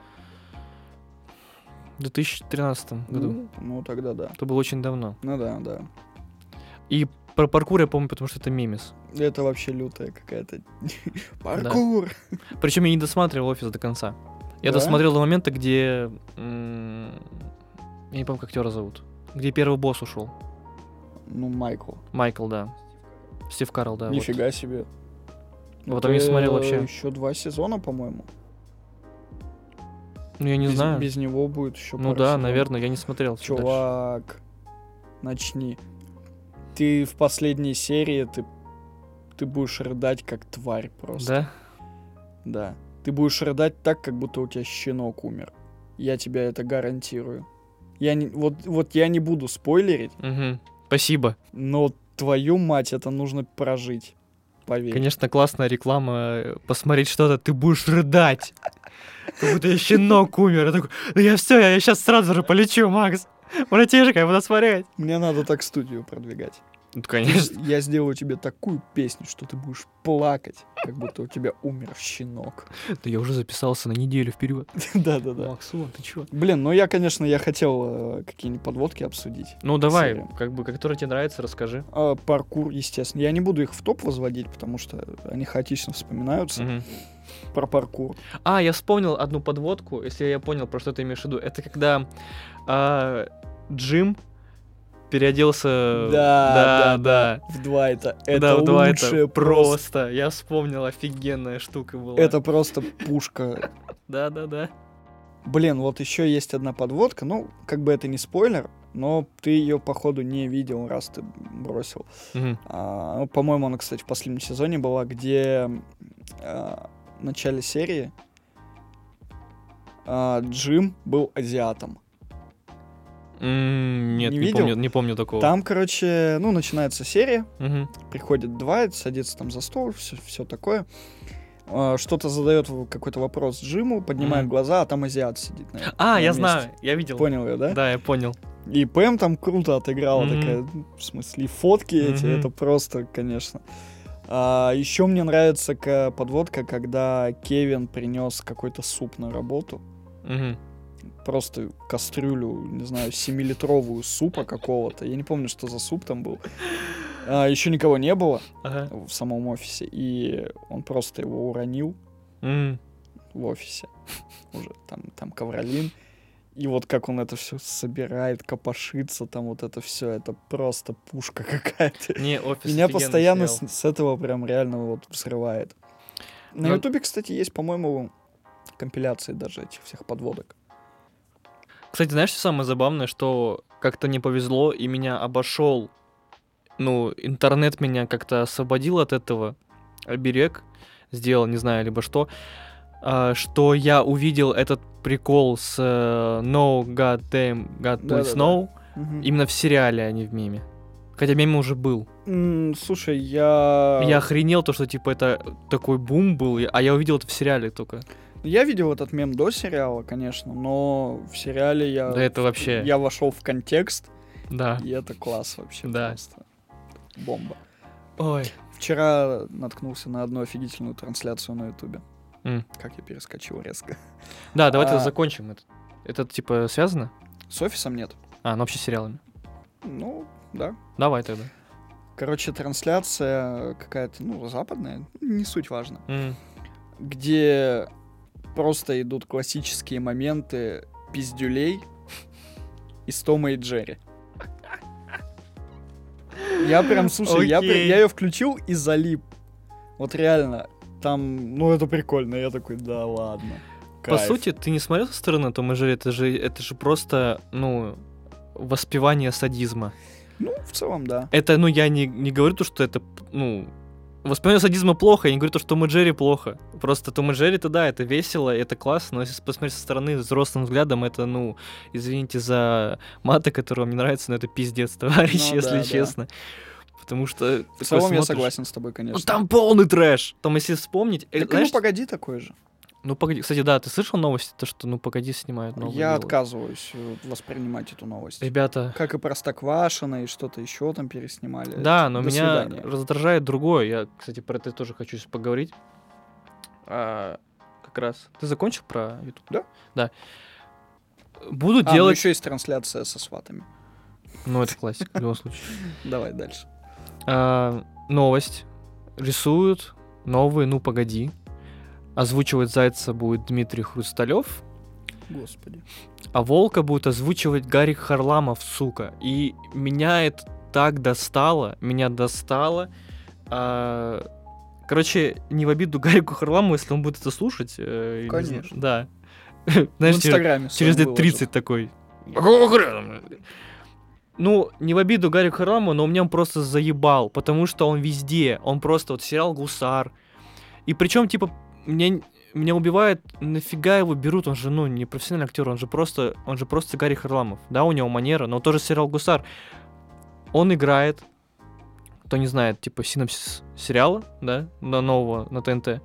В 2013 году. Ну, тогда да. Это было очень давно. Ну да. И про паркур я помню, потому что это мемес. Это вообще лютая какая-то паркур. Причем я не досматривал «Офис» до конца. Я Да? досмотрел до момента, где... я не помню, как актера зовут. Где первый босс ушел. Ну, Майкл. Майкл, да. Стив Карл, да. Нифига себе. Вот он не смотрел вообще. Еще 2 сезона, по-моему. Ну, я не знаю. Без него будет еще Ну да, наверное, я не смотрел. всё дальше. Чувак, начни. Ты в последней серии, ты будешь рыдать как тварь просто. Да? Да. Ты будешь рыдать так, как будто у тебя щенок умер. Я тебе это гарантирую. Вот я не буду спойлерить, Угу. Спасибо. но твою мать, это нужно прожить. Поверь. Конечно, классная реклама. Посмотреть что-то, ты будешь рыдать. Как будто я щенок умер. Я такой, ну я все, я сейчас сразу же полечу, Макс. Братишка, я буду смотреть. Мне надо так студию продвигать. Ну, конечно. Я сделаю тебе такую песню, что ты будешь плакать, как будто у тебя умер щенок. Да я уже записался на неделю вперед. Да-да-да. Максу, ты чё? Блин, ну я хотел какие-нибудь подводки обсудить. Ну давай, Серию. как бы, который тебе нравится, расскажи. Паркур, естественно. Я не буду их в топ возводить, потому что они хаотично вспоминаются. Мгм. Про паркур. Я вспомнил одну подводку, если я понял, про что ты имеешь в виду. Это когда Джим переоделся... Да. В 2 это Да, в два лучшее это просто. Я вспомнил, офигенная штука была. Это просто пушка. Да. Блин, вот еще есть одна подводка. Ну, как бы это не спойлер, но ты ее, походу, не видел, раз ты бросил. Мгм. Ну, по-моему, она, кстати, в последнем сезоне была, где в начале серии Джим был азиатом. Нет, Не не видел? помню, не помню такого. Там, короче, ну, начинается серия, Мгм. приходит Двайт, садится там за стол, все такое. Что-то задает какой-то вопрос Джиму, поднимает Мгм. глаза, а там азиат сидит. на Я месте. знаю, я видел. Понял я, да? Да, я понял. И Пэм там круто отыграла, Мгм. такая, в смысле, и фотки эти, Мгм. это просто, конечно. Еще мне нравится подводка, когда Кевин принес какой-то суп на работу. Мгм. Просто кастрюлю, не знаю, 7-литровую супа какого-то. Я не помню, что за суп там был. Еще никого не было Ага. в самом офисе, и он просто его уронил в офисе. Уже там ковролин. И вот как он это все собирает, копошится, там вот это все, это просто пушка какая-то. Не, «Офис» Меня офигенный постоянно сериал. с этого прям реально вот взрывает. На Но- Ютубе, кстати, есть, по-моему, компиляции даже этих всех подводок. Кстати, знаешь, что самое забавное, что как-то не повезло, и меня обошел, интернет меня как-то освободил от этого, оберег сделал, не знаю, либо что я увидел этот прикол с No Goddamn God Да-да-да. Please No Мгм. именно в сериале, а не в меме. Хотя мем уже был. Слушай, я охренел то, что типа это такой бум был, а я увидел это в сериале только. видел этот мем до сериала, конечно, но в сериале Да это вообще, я вошел в контекст, да. и это класс вообще Да. просто. Бомба. Ой. Вчера наткнулся на одну офигительную трансляцию на Ютубе. М. Как я перескочил резко. Да, давай тогда А- закончим это. Это типа связано? С офисом нет. Ну вообще с сериалами. Ну, да. Давай тогда. Короче, трансляция какая-то, западная, не суть важно. М. Где просто идут классические моменты пиздюлей из Тома и Джерри. Я прям, слушай, я Окей. ее включил и залип. Вот реально, там, это прикольно. Я такой, да ладно. По Кайф. сути, ты не смотрел со стороны Тома и Джерри, это же просто, воспевание садизма. В целом, да. Это, я не говорю то, что это, воспевание садизма плохо, я не говорю то, что Том и Джерри плохо. Просто Том и Джерри, да, это весело, это классно, но если посмотреть со стороны взрослым взглядом, это, извините за маты, которые вам не нравятся, но это пиздец, товарищ, Ну если да. честно. Потому что... В такой целом я смотришь, согласен с тобой, конечно. там полный трэш. Там, если вспомнить... Так, знаешь, погоди такой же. погоди. Кстати, да, ты слышал новости, то, что погоди снимают новую? Я делают? отказываюсь воспринимать эту новость. Ребята, Как и Простоквашино, и что-то еще там переснимали. да, но До меня свидания. раздражает другое. Я, кстати, про это тоже хочу сейчас поговорить. как раз. Ты закончил про YouTube? Да. Да. Буду Ну делать... еще есть трансляция со сватами. Ну, это классика, в любом случае. Давай дальше. Новость. Рисуют новый «Ну, погоди». Озвучивать Зайца будет Дмитрий Хрусталев, Господи. а Волка будет озвучивать Гарик Харламов, сука. И меня это так достало. Короче, не в обиду Гарику Харламову, если он будет это слушать. Конечно. Да. В Знаешь, Инстаграме через своем лет 30 такой. Какого хрена? Ну, не в обиду Гарику Харламову, но меня он просто заебал, потому что он везде. Он просто вот сериал «Гусар». И причем, типа, меня убивает, нафига его берут, он же, не профессиональный актер, он же просто Гарик Харламов. Да, у него манера, но тоже сериал «Гусар». Он играет, кто не знает, типа, синопсис сериала, да, нового на ТНТ.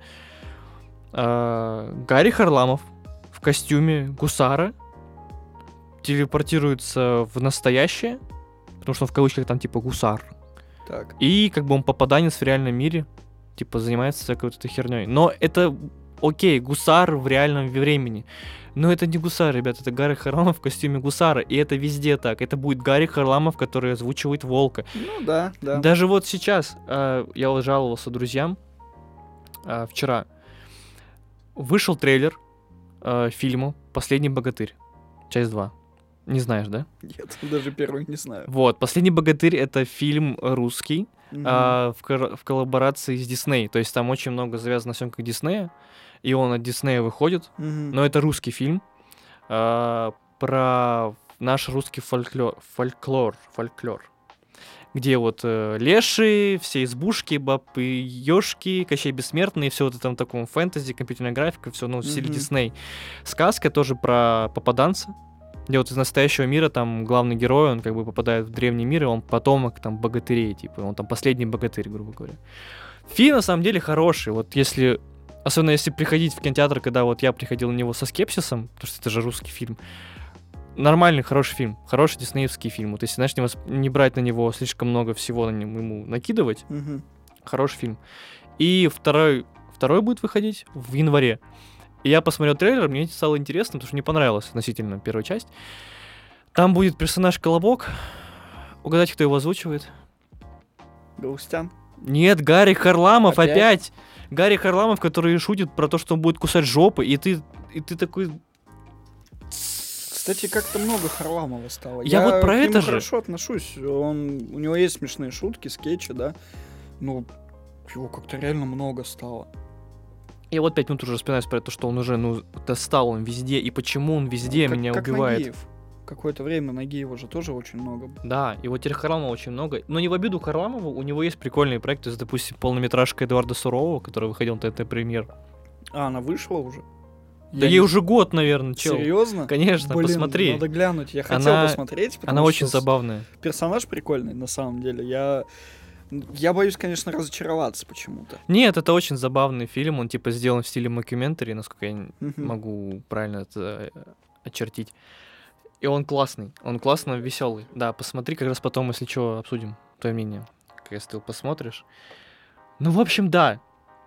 Гарик Харламов в костюме гусара телепортируется в настоящее, потому что он в кавычках там типа гусар. Так. И как бы он попаданец в реальном мире, типа занимается всякой вот этой херней. Но это окей, гусар в реальном времени. Но это не гусар, ребят, это Гарик Харламов в костюме гусара. И это везде так. Это будет Гарик Харламов, который озвучивает Волка. Ну да. Даже вот сейчас я вот жаловался друзьям вчера. Вышел трейлер фильму «Последний богатырь», часть 2. Не знаешь, да? Нет, даже первый не знаю. Вот, «Последний богатырь» — это фильм русский Мгм. в коллаборации с Дисней. То есть там очень много завязано на съемках Диснея, и он от Диснея выходит. Мгм. Но это русский фильм про наш русский фольклор. Где вот леши, все избушки, бабы, ёшки, Кощей Бессмертный, все вот это там таком фэнтези, компьютерная графика, все, в стиле Мгм. Дисней. Сказка тоже про попаданца, где вот из настоящего мира там главный герой, он как бы попадает в древний мир, и он потомок там богатырей, типа, он там последний богатырь, грубо говоря. Фильм на самом деле хороший, вот если, особенно если приходить в кинотеатр, когда вот я приходил на него со скепсисом, потому что это же русский фильм, нормальный, хороший фильм, хороший диснеевский фильм. Вот если, знаешь, не брать на него слишком много всего ему накидывать, Мгм. хороший фильм. И второй будет выходить в январе. И я посмотрел трейлер, мне стало интересно, потому что мне понравилась относительно первая часть. Там будет персонаж Колобок. Угадайте, кто его озвучивает? Галустян. Нет, Гарик Харламов Опять? опять. Гарик Харламов, который шутит про то, что он будет кусать жопы, и ты такой... Кстати, как-то много Харламова стало. Я вот про к нему это же. хорошо отношусь. У него есть смешные шутки, скетчи, да. Ну, его как-то реально много стало. Я вот 5 минут уже вспоминаю про то, что он уже, достал, он везде, и почему он везде меня как убивает. Нагиев. Какое-то время Нагиева же тоже очень много. Да, и вот теперь Харламова очень много. Но не в обиду Харламову, у него есть прикольные проекты, то есть, допустим, полнометражка Эдуарда Сурового, который выходил на ТНТ-премьер. А, она вышла уже? Да ей уже год, наверное, чел. Серьезно? Конечно, Блин, посмотри. надо глянуть. Я хотел посмотреть, потому Она что очень забавная. персонаж прикольный, на самом деле. Я боюсь, конечно, разочароваться почему-то. Нет, это очень забавный фильм, он типа сделан в стиле мокюментари, насколько я Мгм. могу правильно это очертить. И он классный, веселый. Да, посмотри, как раз потом, если что, обсудим твое мнение, если ты его посмотришь. Ну, в общем, да,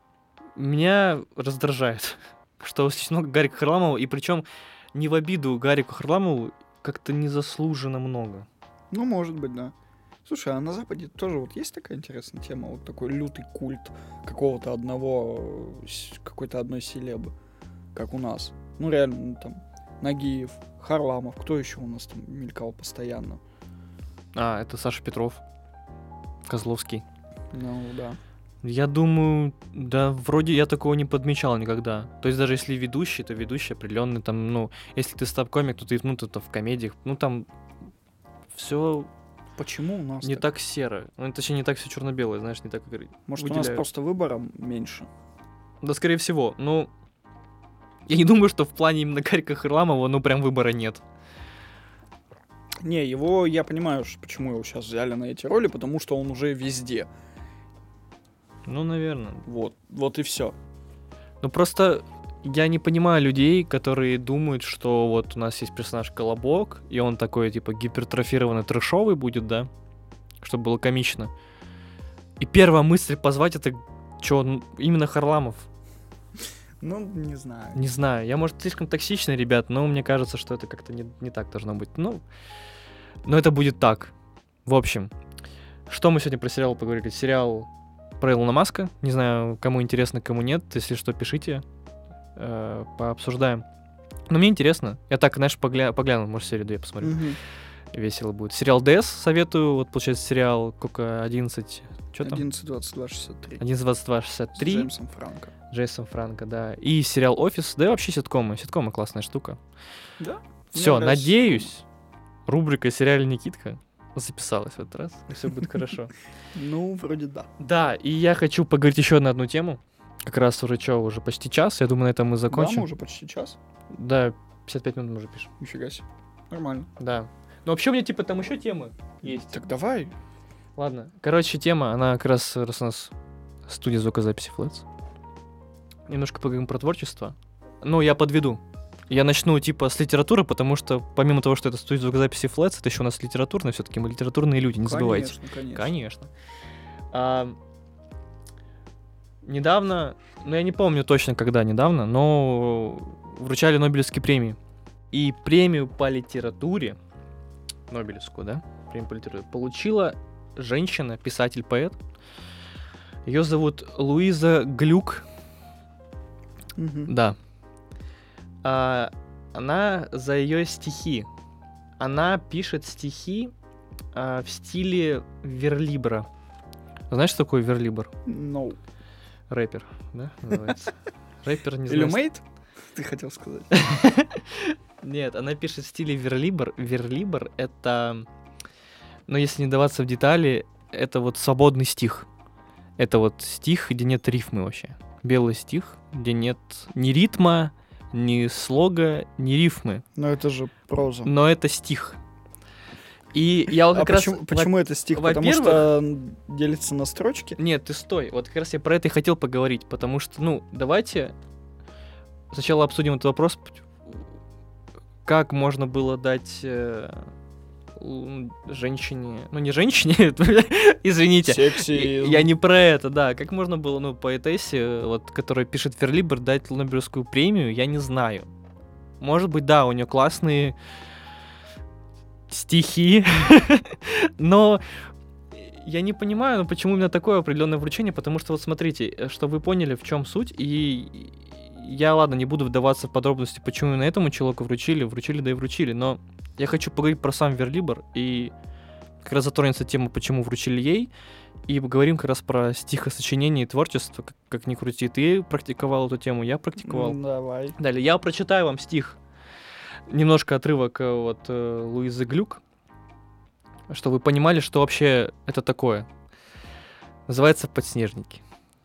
меня раздражает, что очень много Гарика Харламова, и причем не в обиду Гарику Харламову, как-то незаслуженно много. Ну, может быть, да. Слушай, а на Западе тоже вот есть такая интересная тема, вот такой лютый культ какого-то какой-то одной селебы, как у нас. Ну, реально, там, Нагиев, Харламов, кто еще у нас там мелькал постоянно? А, это Саша Петров, Козловский. Ну, да. Я думаю, да, вроде я такого не подмечал никогда. То есть даже если ведущий, то ведущий определенный там, если ты стендап-комик, то ты, то в комедиях, там все Почему у нас не так серо. Точнее, не так все черно-белое, знаешь, не так как Может, у нас выделяют. просто выбора меньше? Да, скорее всего. Я не думаю, что в плане именно Гарика Харламова, прям выбора нет. Не, я понимаю, почему его сейчас взяли на эти роли, потому что он уже везде. Наверное. Вот и все. Просто я не понимаю людей, которые думают, что вот у нас есть персонаж Колобок, и он такой, типа, гипертрофированный, трэшовый будет, да? Чтобы было комично. И первая мысль позвать это, именно Харламов. Ну, не знаю. Не знаю, я, может, слишком токсичный, ребят, но мне кажется, что это как-то не так должно быть. Ну, но это будет так. В общем, что мы сегодня про сериал поговорили? Сериал про Илона Маска. Не знаю, кому интересно, кому нет. Если что, пишите. Пообсуждаем. Но мне интересно. Я так, знаешь, погляну, может, серию 2 посмотрю. Мгм. Весело будет. Сериал ДС советую. Вот, получается, сериал сколько? 11... Что там? 11.22.63. 11.22.63. С Джеймсом Франко. Джейсон Франко, да. И сериал «Офис». Да и вообще ситкомы. Ситкомы классная штука. Да. Все, Мне нравится надеюсь, рубрика «Сериал Никитка» записалась в этот раз, и все будет хорошо. Ну, вроде да. Да, и я хочу поговорить еще на одну тему. Как раз уже почти час. Я думаю, на этом мы Да, закончим. мы уже почти час. Да, 55 минут мы уже пишем. Нифига себе. Нормально. Да. Ну, вообще, у меня, типа, там еще темы есть. Так давай. Ладно. Короче, тема, она как раз у нас студия звукозаписи Flats. Немножко поговорим про творчество. Ну, я подведу. Я начну, типа, с литературы, потому что, помимо того, что это студия звукозаписи Flats, это еще у нас литературная, все-таки мы литературные люди, не забывайте. Конечно. Конечно. Недавно, ну я не помню точно, когда недавно, но вручали Нобелевские премии. И премию по литературе, Нобелевскую, да, премию по литературе, получила женщина, писатель-поэт. Ее зовут Луиза Глюк. Мгм. Да. Она за ее стихи. Она пишет стихи в стиле верлибра. Знаешь, что такое верлибр? No. Рэпер, да, называется? Рэпер, не Или знаю. мейт? Ты хотел сказать. Нет, она пишет в стиле верлибр. Верлибр — это, ну, если не даваться в детали, это вот свободный стих. Это вот стих, где нет рифмы вообще. Белый стих, где нет ни ритма, ни слога, ни рифмы. Но это же проза. Но это стих. И я вот А как раз... почему это стих? Потому во-первых- что он делится на строчки? Нет, ты стой. Вот как раз я про это и хотел поговорить, потому что, ну, давайте сначала обсудим этот вопрос. Как можно было дать женщине... Ну, не женщине, извините. Сексизм. Я не про это, да. Как можно было, ну, поэтессе, вот, которая пишет верлибр, дать Нобелевскую премию, я не знаю. Может быть, да, у нее классные стихи, но я не понимаю, ну, почему именно такое определенное вручение, потому что вот смотрите, что вы поняли, в чем суть, и я, ладно, не буду вдаваться в подробности, почему именно этому человеку вручили, да и вручили, но я хочу поговорить про сам верлибр, и как раз затронется тема, почему вручили ей, и поговорим как раз про стихосочинение и творчество, как ни крути. Ты практиковал эту тему, я практиковал. Давай. Далее, я прочитаю вам стих. Немножко отрывок от Луизы Глюк, чтобы вы понимали, что вообще это такое. Называется «Подснежники».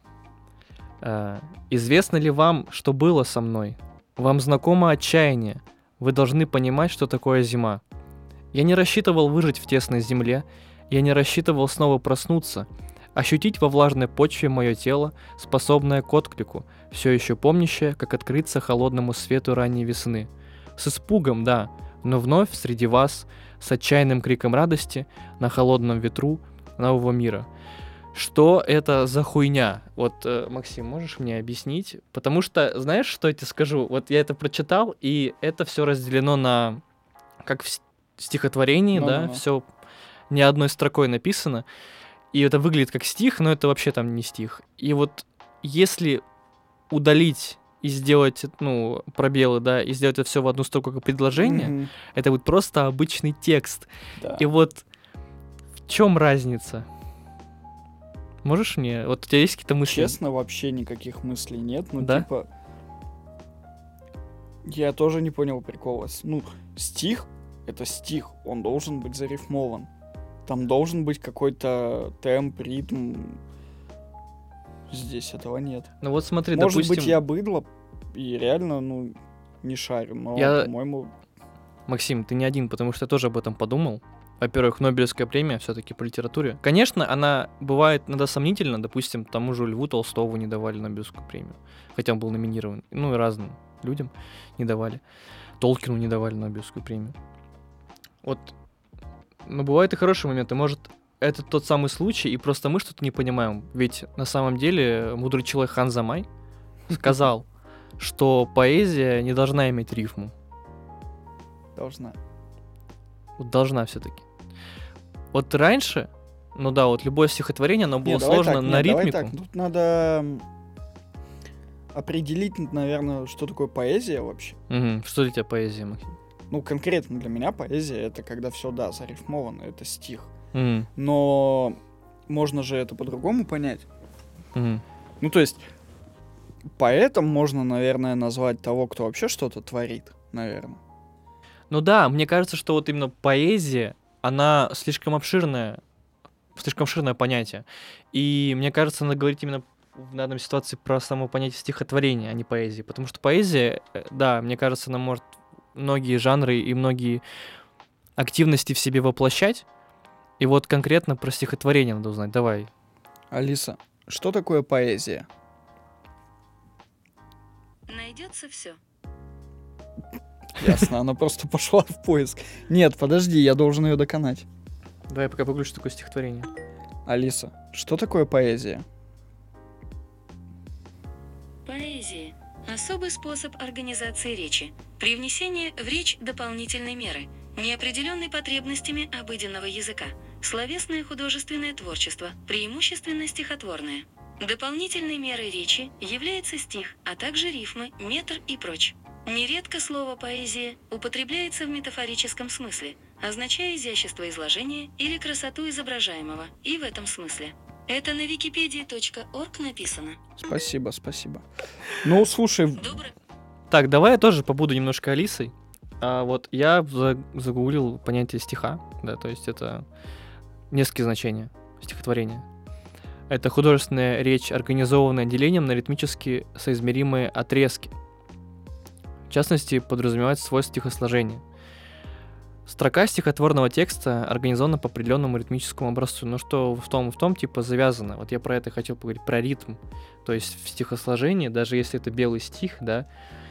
Известно ли вам, что было со мной? Вам знакомо отчаяние. Вы должны понимать, что такое зима. Я не рассчитывал выжить в тесной земле. Я не рассчитывал снова проснуться. Ощутить во влажной почве мое тело, способное к отклику, все еще помнящее, как открыться холодному свету ранней весны. С испугом, да, но вновь среди вас, с отчаянным криком радости, на холодном ветру нового мира. Что это за хуйня? Вот, Максим, можешь мне объяснить? Потому что, знаешь, что я тебе скажу? Вот я это прочитал, и это все разделено на, как в стихотворении, да, все ни одной строкой написано. И это выглядит как стих, но это вообще там не стих. И вот если удалить и сделать, ну, пробелы, да, и сделать это все в одну строку как предложение, Мгм. это будет просто обычный текст. Да. И вот в чем разница? Можешь мне? Вот у тебя есть какие-то мысли? Честно, вообще никаких мыслей нет. Ну, Да? типа... Я тоже не понял прикола. Ну, стих — это стих. Он должен быть зарифмован. Там должен быть какой-то темп, ритм. Здесь этого нет. Ну вот смотри, Может допустим... быть, я быдло и реально, ну, не шарю, но, Я- по-моему... Максим, ты не один, потому что я тоже об этом подумал. Во-первых, Нобелевская премия все-таки по литературе. Конечно, она бывает иногда сомнительна. Допустим, тому же Льву Толстову не давали Нобелевскую премию. Хотя он был номинирован. Ну и разным людям не давали. Толкину не давали Нобелевскую премию. Вот. Но бывают и хорошие моменты. Может, это тот самый случай, и просто мы что-то не понимаем. Ведь на самом деле мудрый человек Хан Замай сказал, что поэзия не должна иметь рифму. Должна. Вот должна все-таки. Вот раньше, ну да, вот любое стихотворение, оно было Не, давай сложно так, на не, давай ритмику. так. Тут надо определить, наверное, что такое поэзия вообще. Мгм. Что для тебя поэзия, Максим? Ну, конкретно для меня поэзия — это когда все, да, зарифмовано, это стих. Мгм. Но можно же это по-другому понять. Мгм. Ну, то есть, поэтом можно, наверное, назвать того, кто вообще что-то творит, наверное. Ну да, мне кажется, что вот именно поэзия, она слишком обширное понятие. И мне кажется, надо говорить именно в данной ситуации про само понятие стихотворения, а не поэзии. Потому что поэзия, да, мне кажется, она может многие жанры и многие активности в себе воплощать. И вот конкретно про стихотворение надо узнать. Давай. Алиса, что такое поэзия? Найдется все. Ясно, она просто пошла в поиск. Нет, подожди, я должен ее доконать. Давай пока погуглю, что такое стихотворение. Алиса, что такое поэзия? Поэзия. Особый способ организации речи. При внесении в речь дополнительной меры, неопределенной потребностями обыденного языка. Словесное художественное творчество, преимущественно стихотворное. Дополнительной мерой речи является стих, а также рифмы, метр и прочь. Нередко слово «поэзия» употребляется в метафорическом смысле, означая изящество изложения или красоту изображаемого, и в этом смысле. Это на wikipedia.org написано. Спасибо, спасибо. Ну, слушай, Добрый. Так, давай я тоже побуду немножко Алисой. Вот я загуглил понятие стиха, да, то есть это несколько значений стихотворения. Это художественная речь, организованная делением на ритмически соизмеримые отрезки. В частности, подразумевает свойство стихосложения. Строка стихотворного текста организована по определенному ритмическому образцу. Ну что в том типа завязано. Вот я про это хотел поговорить, про ритм. То есть в стихосложении, даже если это белый стих, да,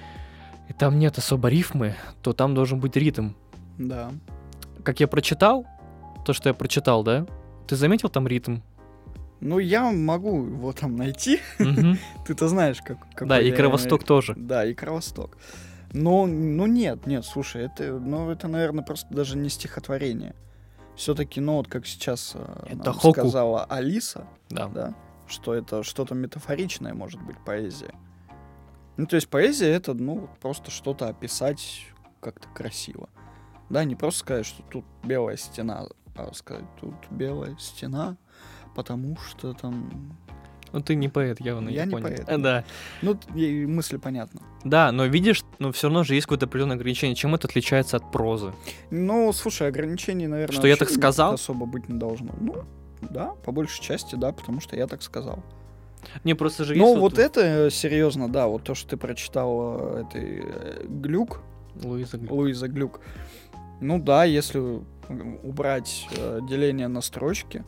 и там нет особо рифмы, то там должен быть ритм. да. Как я прочитал, то, что я прочитал, да, ты заметил там ритм? Ну, я могу его там найти. Мгм. Ты-то знаешь, какой Да, и я- Кровосток тоже. Да, и Кровосток. Ну нет, слушай, это, наверное, просто даже не стихотворение. Все-таки, ну, вот как сейчас Это нам хоку. сказала Алиса, Да. да, что это что-то метафоричное может быть поэзия. Ну, то есть поэзия — это, ну, просто что-то описать как-то красиво. Да, не просто сказать, что тут белая стена, а сказать, тут белая стена, потому что там... Ну ты не поэт, явно, Я не понял. поэт. Да. Ну, и мысль понятна. Да, но видишь, ну все равно же есть какое-то определенное ограничение. Чем это отличается от прозы? Ну, слушай, ограничений, наверное, Что я вообще так сказал? особо быть не должно. Ну, да, по большей части, да, потому что я так сказал. Не, просто же Ну, есть вот это серьезно, да, вот то, что ты прочитал, Глюк, Луиза Глюк. Луиза Глюк. Ну да, если убрать деление на строчки,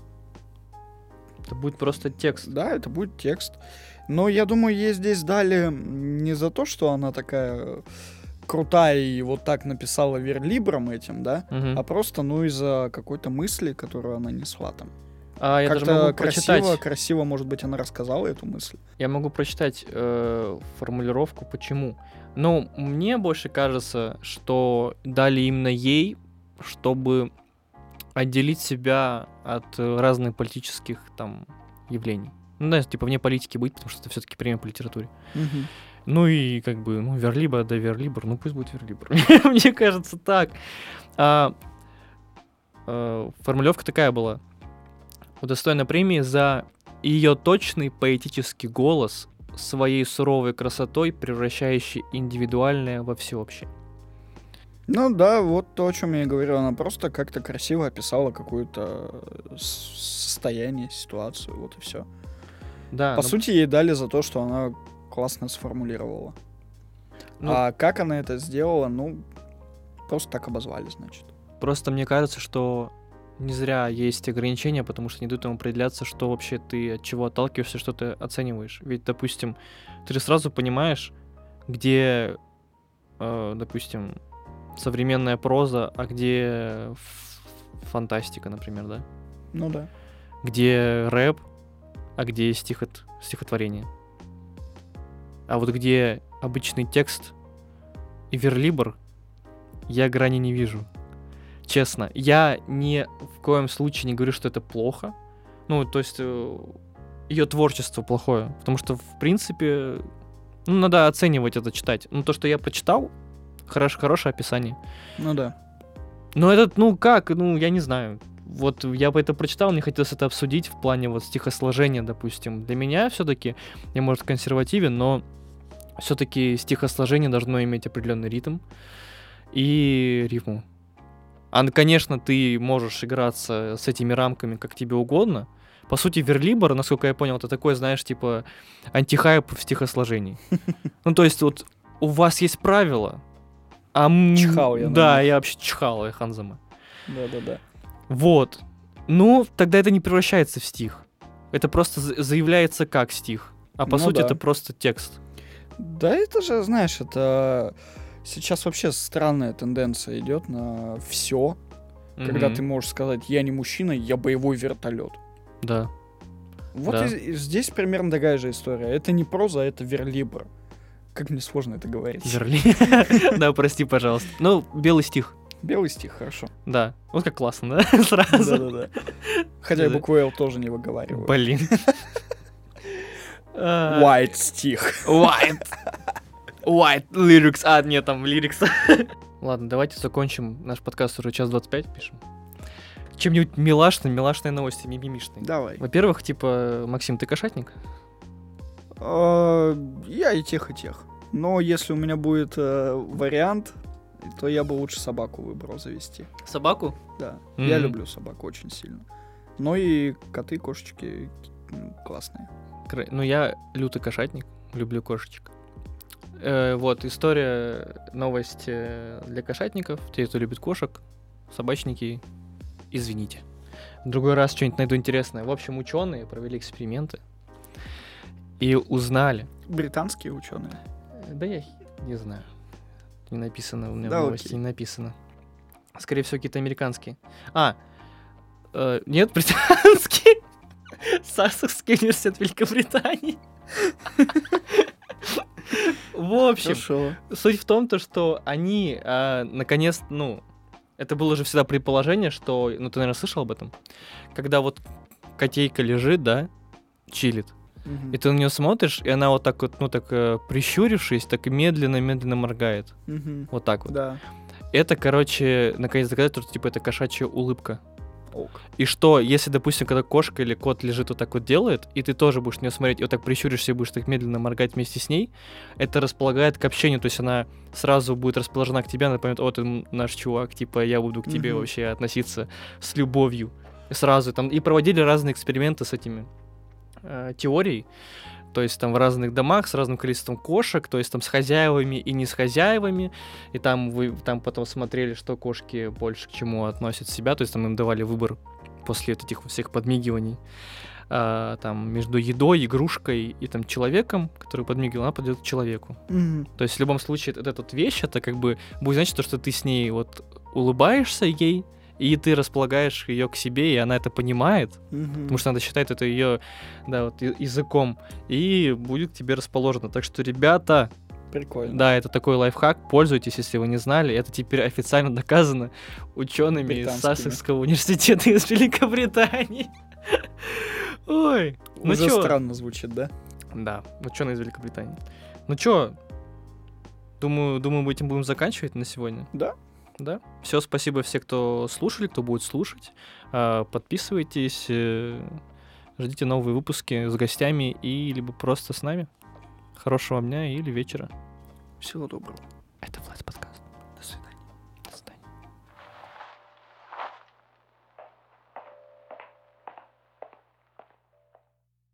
Это будет просто текст. да, это будет текст. Но я думаю, ей здесь дали не за то, что она такая крутая и вот так написала верлибром этим, да, Мгм. а просто, ну, из-за какой-то мысли, которую она несла там. Я даже Как-то могу прочитать. красиво, может быть, она рассказала эту мысль. Я могу прочитать формулировку, почему. Ну, мне больше кажется, что дали именно ей, чтобы отделить себя от разных политических там явлений. Ну, да, типа вне политики быть, потому что это все-таки премия по литературе. Ну и как бы, ну, верлибр, да верлибр, ну пусть будет верлибр. Мне кажется так. Формулировка такая была. Удостоена премии за ее точный поэтический голос, своей суровой красотой, превращающей индивидуальное во всеобщее. Ну да, вот то, о чем я и говорил. Она просто как-то красиво описала какое-то состояние, ситуацию, вот и все. Да, По ну, сути, ей дали за то, что она классно сформулировала. ну, А как она это сделала, ну, просто так обозвали, значит. просто мне кажется, что не зря есть ограничения, потому что не дают ему определяться, что вообще ты от чего отталкиваешься, что ты оцениваешь. Ведь, допустим, ты же сразу понимаешь, где, допустим, современная проза, а где фантастика, например, да? Ну да. Где рэп, а где стихотворение. А вот где обычный текст и верлибр, я грани не вижу. Честно. Я ни в коем случае не говорю, что это плохо. Ну, то есть ее творчество плохое. Потому что, в принципе, ну, надо оценивать это, читать. Ну, то, что я прочитал, хорошее описание. Ну да. Но этот, ну как, ну я не знаю. Вот я бы это прочитал, мне хотелось это обсудить в плане вот стихосложения, допустим. Для меня все-таки, я, может, консервативен, но все-таки стихосложение должно иметь определенный ритм и рифму. Конечно, ты можешь играться с этими рамками как тебе угодно. По сути, верлибр, насколько я понял, это такой, знаешь, типа антихайп в стихосложении. Ну, то есть вот у вас есть правила, Чихал я на Да, них. я вообще чихал, я Ханзама. Да-да-да. Вот. Ну, тогда это не превращается в стих. Это просто заявляется как стих. А по Ну сути да. это просто текст. Да, это же, знаешь, это сейчас вообще странная тенденция идет на все, когда Мгм. ты можешь сказать, я не мужчина, я боевой вертолет. Да. Вот Да. и здесь примерно такая же история. Это не проза, это верлибр. Как мне сложно это говорить. Верли. Да, прости, пожалуйста. Ну, белый стих. Белый стих, хорошо. Да. Вот как классно, да? Сразу. Да-да-да. Хотя я Да. букву L тоже не выговариваю. Блин. White стих. White lyrics. А, нет, там lyrics. Ладно, давайте закончим наш подкаст, уже 1:25 пишем. Чем-нибудь милашные новости, мимимишные. Давай. Во-первых, типа, Максим, ты кошатник? Я и тех, и тех. Но если у меня будет вариант, то я бы лучше собаку выбрал завести. Собаку? Да. Я Мгм. люблю собаку очень сильно. Но и коты, кошечки классные. Ну, я лютый кошатник, люблю кошечек. Вот, история, новость для кошатников. Те, кто любит кошек, собачники, извините. В другой раз что-нибудь найду интересное. В общем, ученые провели эксперименты и узнали. Британские ученые. Да я не знаю. Не написано, у меня Да, в новости окей. не написано. Скорее всего, какие-то американские. Нет, британские. Сассекский университет Великобритании. В общем, Хорошо. суть в том, что они наконец, ну, это было же всегда предположение, что, ну, ты, наверное, слышал об этом, когда вот котейка лежит, да, чилит, Мгм. и ты на нее смотришь, и она вот так вот, ну, так прищурившись, так медленно-медленно моргает. Мгм. Вот так вот. Да. Это, короче, наконец доказательство, что, типа, это кошачья улыбка. Ок. И что, если, допустим, когда кошка или кот лежит вот так вот делает, и ты тоже будешь на нее смотреть, и вот так прищуришься и будешь так медленно моргать вместе с ней, это располагает к общению, то есть она сразу будет расположена к тебе, она поймет, о, ты наш чувак, типа, я буду к тебе Мгм. вообще относиться с любовью. И сразу там, и проводили разные эксперименты с этими теорией, то есть там в разных домах с разным количеством кошек, то есть там с хозяевами и не с хозяевами, и там вы там потом смотрели, что кошки больше к чему относят себя, то есть там им давали выбор после вот этих всех подмигиваний, там между едой, игрушкой и там человеком, который подмигивал, она подойдет к человеку. Мгм. То есть в любом случае эта вот вещь, это как бы будет значить то, что ты с ней вот улыбаешься ей, и ты располагаешь ее к себе, и она это понимает, Мгм. потому что она считает это ее, да, вот языком, и будет к тебе расположена. Так что, ребята, Прикольно. да, это такой лайфхак, пользуйтесь, если вы не знали. Это теперь официально доказано учеными из Британскими. Сассекского университета из Великобритании. Ой, ну Уже чё? странно звучит, да? Да, ученые из Великобритании. Ну чё, думаю, мы этим будем заканчивать на сегодня. Да. Да. Все, спасибо всем, кто слушали, кто будет слушать. Подписывайтесь, ждите новые выпуски с гостями и либо просто с нами. Хорошего вам дня или вечера. Всего доброго. Это Влад